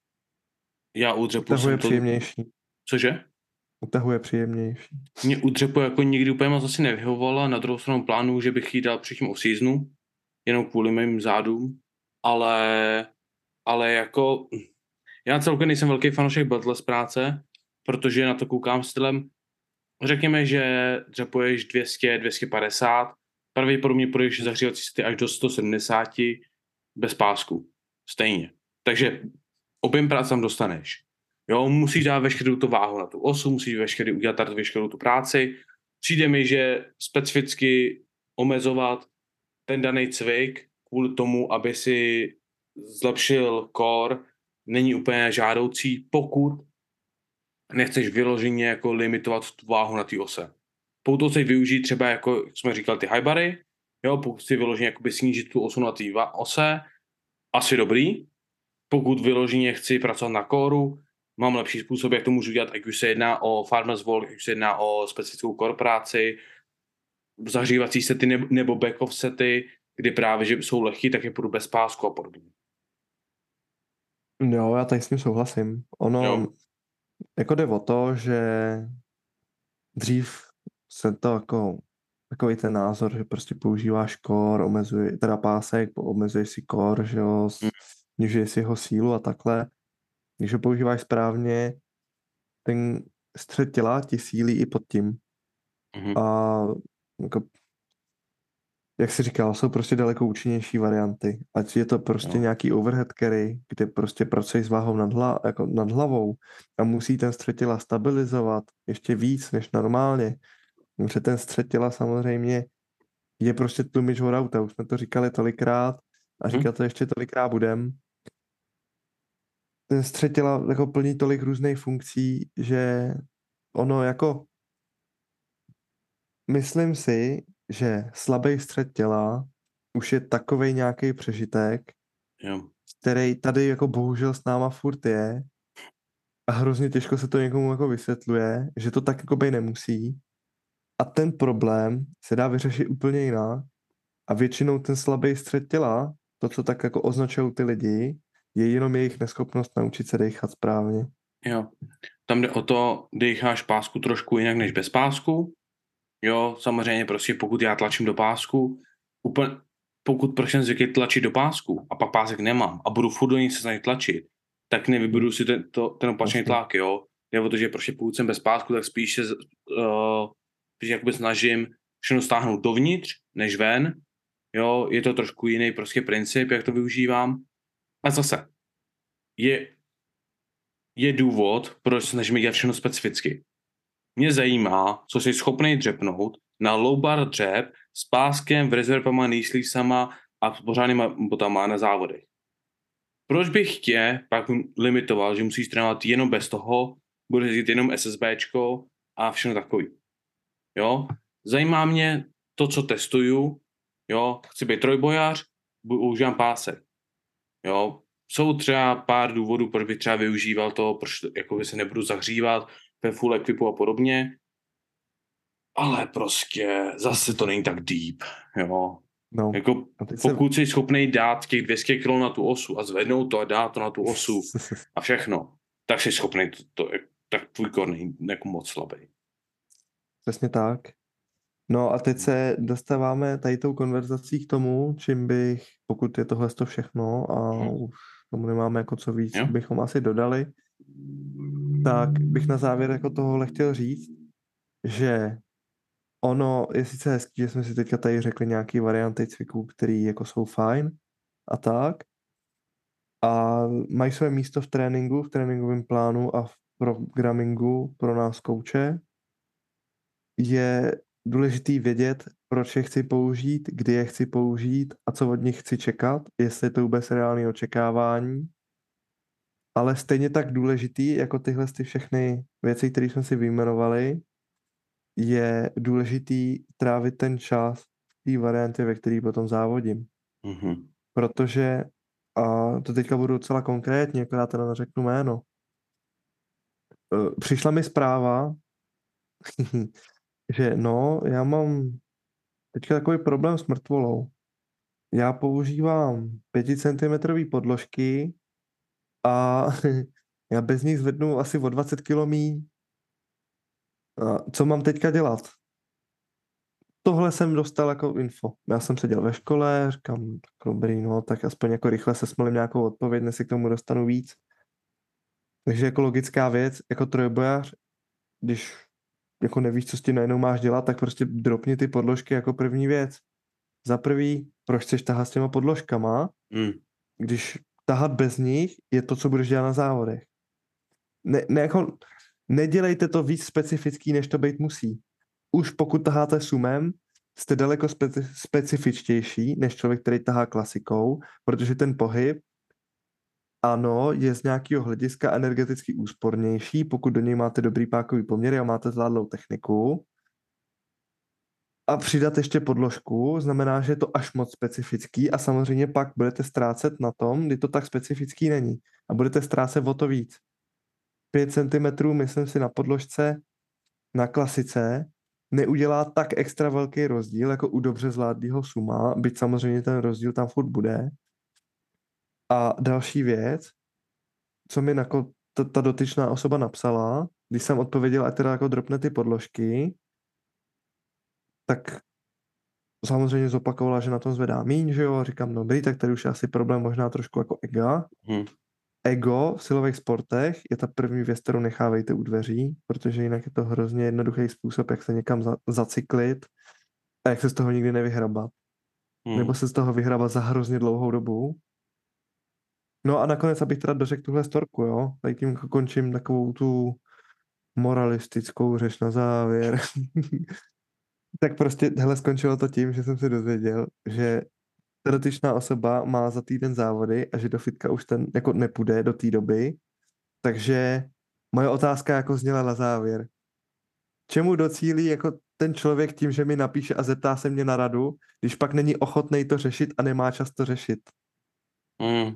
Já u dřepu Utahuje jsem to... příjemnější. Cože? Utahuje příjemnější. Mě u dřepu jako nikdy úplně moc asi nevyhovovala, na druhou stranu plánu, že bych jí dal při tím off-seasonu, jenom kvůli mým zádům, ale, ale jako já celkově nejsem velký fanoušek beltless práce, protože na to koukám stylem, řekněme, že dřepuješ dvě stě, dvě stě padesát, pravděpodobně půjdeš zahřívací sty až do sto sedmdesát bez pásku. Stejně. Takže objem práce tam dostaneš. Jo, musíš dát veškerou tu váhu na tu osu, musíš veškerý udělat tady veškerou tu práci. Přijde mi, že specificky omezovat ten daný cvik kvůli tomu, aby si zlepšil core, není úplně žádoucí, pokud nechceš vyloženě jako limitovat tu váhu na té ose. Pokud to chceš využít třeba, jako jsme říkali, ty high bary, jo, pokud si vyloženě jakoby snížit tu osu na té ose, asi dobrý. Pokud vyloženě chci pracovat na kóru, mám lepší způsob, jak to můžu dělat, ať už se jedná o Farmers Walk, ať už se jedná o specifickou korporaci, zahřívací sety nebo back-off sety, kdy právě, že jsou lehký, tak je půjdu bez pásku a podobně. Jo, já tady s tím souhlasím. Ono Jo. jako jde o to, že dřív se to jako takový ten názor, že prostě používáš core, omezuje, teda pásek, omezuješ si core, že jo, Mm. snižuješ si jeho sílu a takhle. Když ho používáš správně, ten střed těla ti sílí i pod tím. Mm-hmm. A jako, jak jsi říkal, jsou prostě daleko účinnější varianty. Ať je to prostě Jo. nějaký overhead carry, kde prostě pracuješ s váhou nad, hla, jako nad hlavou a musí ten střed těla stabilizovat ještě víc než normálně. Protože ten střed těla samozřejmě je prostě tlumič horauta. Už jsme to říkali tolikrát a Mm. říkat to ještě tolikrát budem. Ten střed těla jako plní tolik různých funkcí, že ono jako myslím si, že slabý střed těla už je takovej nějaký přežitek, Jo. který tady jako bohužel s náma furt je a hrozně těžko se to někomu jako vysvětluje, že to tak jako být nemusí. A ten problém se dá vyřešit úplně jinak a většinou ten slabý střed těla, to, co tak jako označují ty lidi, je jenom jejich neschopnost naučit se dechat správně. Jo. Tam jde o to, decháš pásku trošku jinak než bez pásku. Jo, samozřejmě prostě pokud já tlačím do pásku, úplně, pokud prostě jsem zvyklý tlačit do pásku a pak pásek nemám a budu furt do něj se snažit tlačit, tak nevybudu si ten, to, ten opačný tlak, jo. Jde o to, že prostě pokud jsem bez pásku, tak spíš se uh, spíš jakoby snažím všechno stáhnout dovnitř, než ven. Jo, je to trošku jiný prostě princip, jak to využívám. A zase, je, je důvod, proč se snažíme dělat všechno specificky. Mě zajímá, co jsi schopný dřepnout na low bar dřep s páskem, v rezervama, nejslísama a pořádnýma botama na závodech. Proč bych tě pak limitoval, že musíš trénovat jenom bez toho, budeš jít jenom SSBčko a všechno takový. Jo? Zajímá mě to, co testuju. Jo? Chci být trojbojař, používám pásek. Jo? Jsou třeba pár důvodů, proč bych třeba využíval to, proč jako se nebudu zahřívat ve full equipu a podobně. Ale prostě zase to není tak deep, jo. No. Jako pokud se... jsi schopný dát těch dvě stě kilogramů na tu osu a zvednout to a dát to na tu osu a všechno, tak jsi schopný to, to tak tvůj kor není jako moc slabý. Přesně tak. No a teď se dostáváme tady tou konverzací k tomu, čím bych, pokud je tohle to všechno a hmm. už tomu nemáme jako co víc, jo? bychom asi dodali, tak bych na závěr jako tohohle chtěl říct, že ono je sice hezký, že jsme si teďka tady řekli nějaké varianty cviků, které jako jsou fajn a tak, a mají své místo v tréninku, v tréninkovém plánu a v programingu pro nás kouče. Je důležitý vědět, proč je chci použít, kdy je chci použít a co od nich chci čekat, jestli je to vůbec reálné očekávání. Ale stejně tak důležitý, jako tyhle ty všechny věci, které jsme si vyjmenovali, je důležitý trávit ten čas v té variantě, ve které potom závodím. Mm-hmm. Protože, a to teďka budu docela konkrétně, akorát teda neřeknu jméno, přišla mi zpráva, že no, já mám teďka takový problém s mrtvolou. Já používám pěticentimetrový podložky a já bez nich zvednu asi o dvacet kilo míň. A co mám teďka dělat? Tohle jsem dostal jako info. Já jsem seděl ve škole, říkám, tak dobrý, no, tak aspoň jako rychle se smolím nějakou odpověď, než si k tomu dostanu víc. Takže jako logická věc, jako trojbojař, když jako nevíš, co s tím najednou máš dělat, tak prostě dropni ty podložky jako první věc. Za prvý, proč chceš tahat s těma podložkama, mm. když tahat bez nich je to, co budeš dělat na závodech. Ne, ne, jako, nedělejte to víc specifický, než to být musí. Už pokud taháte sumem, jste daleko speci- specifičtější než člověk, který tahá klasikou, protože ten pohyb, ano, je z nějakého hlediska energeticky úspornější, pokud do něj máte dobrý pákový poměry a máte zvládlou techniku, a přidat ještě podložku znamená, že je to až moc specifický a samozřejmě pak budete ztrácet na tom, kdy to tak specifický není. A budete ztrácet o to víc. pět centimetrů, myslím si, na podložce, na klasice, neudělá tak extra velký rozdíl, jako u dobře zvládlého suma, byť samozřejmě ten rozdíl tam furt bude. A další věc, co mi jako ta, ta dotyčná osoba napsala, když jsem odpověděl, ať teda jako dropne ty podložky, tak samozřejmě zopakovala, že na tom zvedá míň, že jo, říkám, dobrý, tak tady už je asi problém možná trošku jako ega. Hmm. Ego v silových sportech je ta první věc, kterou nechávejte u dveří, protože jinak je to hrozně jednoduchý způsob, jak se někam za, zacyklit a jak se z toho nikdy nevyhrabat. Hmm. Nebo se z toho vyhrabat za hrozně dlouhou dobu. No a nakonec, abych teda dořekl tuhle storku, jo, tady tím končím takovou tu moralistickou řeč na závěr. Tak prostě, hele, skončilo to tím, že jsem se dozvěděl, že ta dotyčná osoba má za týden závody a že do fitka už ten jako nepůjde do té doby. Takže moje otázka jako zněla na závěr. Čemu docílí jako ten člověk tím, že mi napíše a zeptá se mě na radu, když pak není ochotnej to řešit a nemá čas to řešit? Hmm.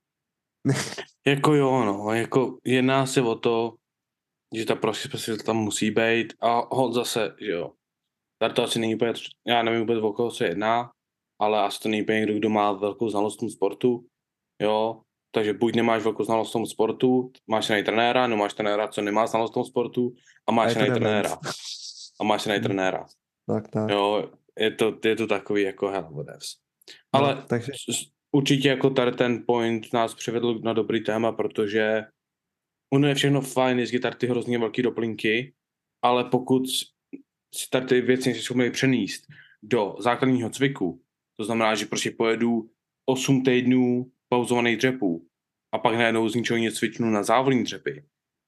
Jako jo, no, jako jedná se o to, že ta prostě specialita tam musí být a hod zase, že jo. Tady to asi není úplně, já nevím vůbec, o koho se jedná, ale asi to není úplně někdo, kdo má velkou znalost v tom sportu, jo. Takže buď nemáš velkou znalost v tom sportu, máš se najít trenéra, nebo máš trenéra, co nemá znalost v tom sportu a máš A je se to najít demence. trenéra. A máš se najít trenéra. Tak, tak. Jo, je to, je to takový jako hell whatevs. No, Ale takže s- určitě jako tady ten point nás přivedl na dobrý téma, protože ono je všechno fajn, jezdí tady ty hrozně velký doplňky, ale pokud si tady ty věci nejsi schopný přenést do základního cviku, to znamená, že prostě pojedu osm týdnů pauzovaných dřepů a pak najednou z ničeho nic cvičnu na závodní dřepy.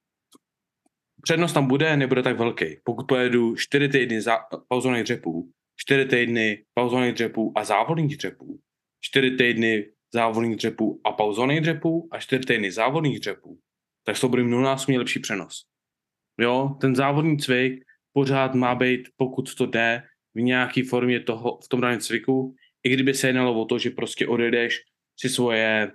Přednost tam bude, nebude tak velký. Pokud pojedu čtyři týdny za, pauzovaných dřepů, čtyři týdny pauzovaných dřepů a závodních dřepů, čtyři týdny závodních dřepů a pauzovaných dřepů a čtyři týdny závodních dřepů, tak to bude mnohonásobně lepší přenos. Jo, ten závodní cvik pořád má být, pokud to jde, v nějaké formě toho, v tom daném cviku, i kdyby se jednalo o to, že prostě odjedeš si svoje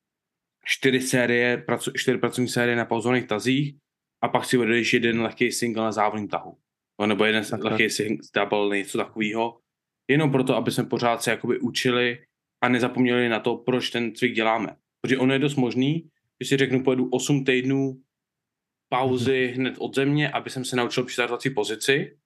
čtyři série, pracu, čtyři pracovní série na pauzovaných tazích a pak si odjedeš jeden lehký single na závodním tahu. No, nebo jeden tak, lehký single, double, něco takového. Jenom proto, aby jsme pořád se jakoby učili a nezapomněli na to, proč ten cvik děláme. Protože ono je dost možný, že si řeknu, pojedu osm týdnů pauzy hned od země, aby jsem se naučil při startovací pozici.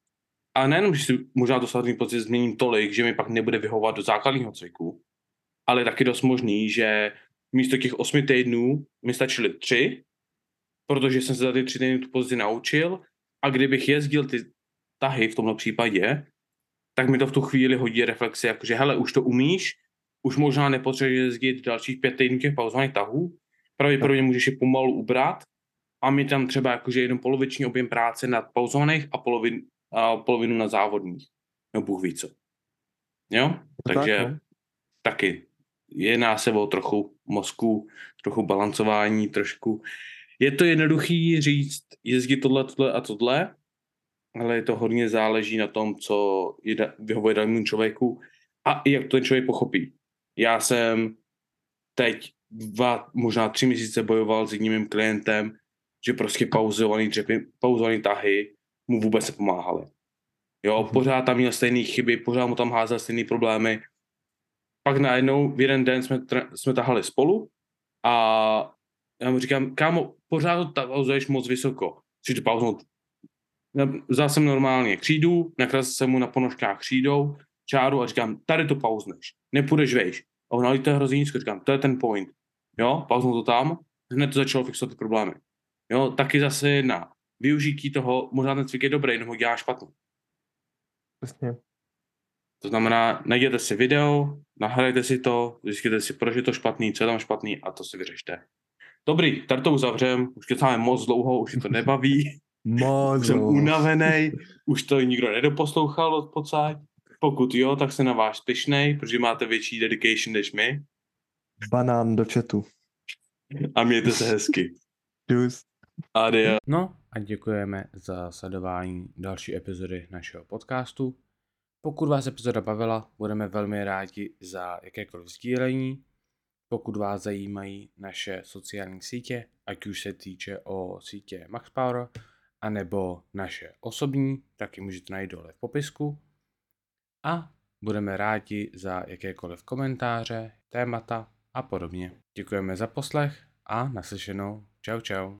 A nejenom, že si možná do startovací pozici změním tolik, že mi pak nebude vyhovovat do základního cviku, ale taky dost možný, že místo těch osmi týdnů mi stačily tři, protože jsem se za ty tři týdny tu pozici naučil a kdybych jezdil ty tahy v tomhle případě, tak mi to v tu chvíli hodí reflexi, jakože hele, už to umíš, už možná nepotřebuješ jezdit dalších pět týdnů těch pauzovaných tahů, pravděpodobně můžeš je pomalu ubrat a mi tam třeba jakože jenom poloviční objem práce na pauzovaných a polovin, a polovinu na závodních. No Bůh ví co. Jo? tak, Takže no. taky jedná se o trochu mozku, trochu balancování, trošku. Je to jednoduchý říct, jezdit tohle, tohle a tohle, ale je to hodně záleží na tom, co je da, vyhovuje danému člověku a i jak to ten člověk pochopí. Já jsem teď dva, možná tři měsíce bojoval s jedním mým klientem, že prostě pauzovaný dřepy, pauzovaný tahy mu vůbec nepomáhaly. Jo, Mhm. pořád tam měl stejné chyby, pořád mu tam házel stejné problémy. Pak najednou v jeden den jsme, tra- jsme tahali spolu a já mu říkám, kámo, pořád to pauzuješ moc vysoko. Chci to pauznout. Vzal jsem normálně křídu, nakreslil jsem mu na ponožkách křídou, čáru a říkám, tady to pauzneš, nepůjdeš vejš. A on, ale to je hrozně nízko, říkám, to je ten point. Jo, pauznul to tam, hned to začalo fixovat ty problémy. Jo, taky zase jedna. Využití toho, možná ten cvik je dobrý, jenom ho dělá špatně. Přesně. To znamená, najděte si video, nahrajte si to, zjistíte si, proč je to špatný, co je tam špatný a to si vyřešte. Dobrý, tady to uzavřem, už kecáme moc dlouho, už mi to nebaví. Moc Už jsem dlouho. unavený, už to nikdo nedoposlouchal od pocať. Pokud jo, tak se na vás pyšnej, protože máte větší dedication než my. Banán do chatu. A mějte se hezky. Čus. Adia. No a děkujeme za sledování další epizody našeho podcastu. Pokud vás epizoda bavila, budeme velmi rádi za jakékoliv sdílení. Pokud vás zajímají naše sociální sítě, ať už se týče o sítě MaxPower, anebo naše osobní, tak ji můžete najít dole v popisku. A budeme rádi za jakékoliv komentáře, témata a podobně. Děkujeme za poslech a naslyšenou. Čau čau.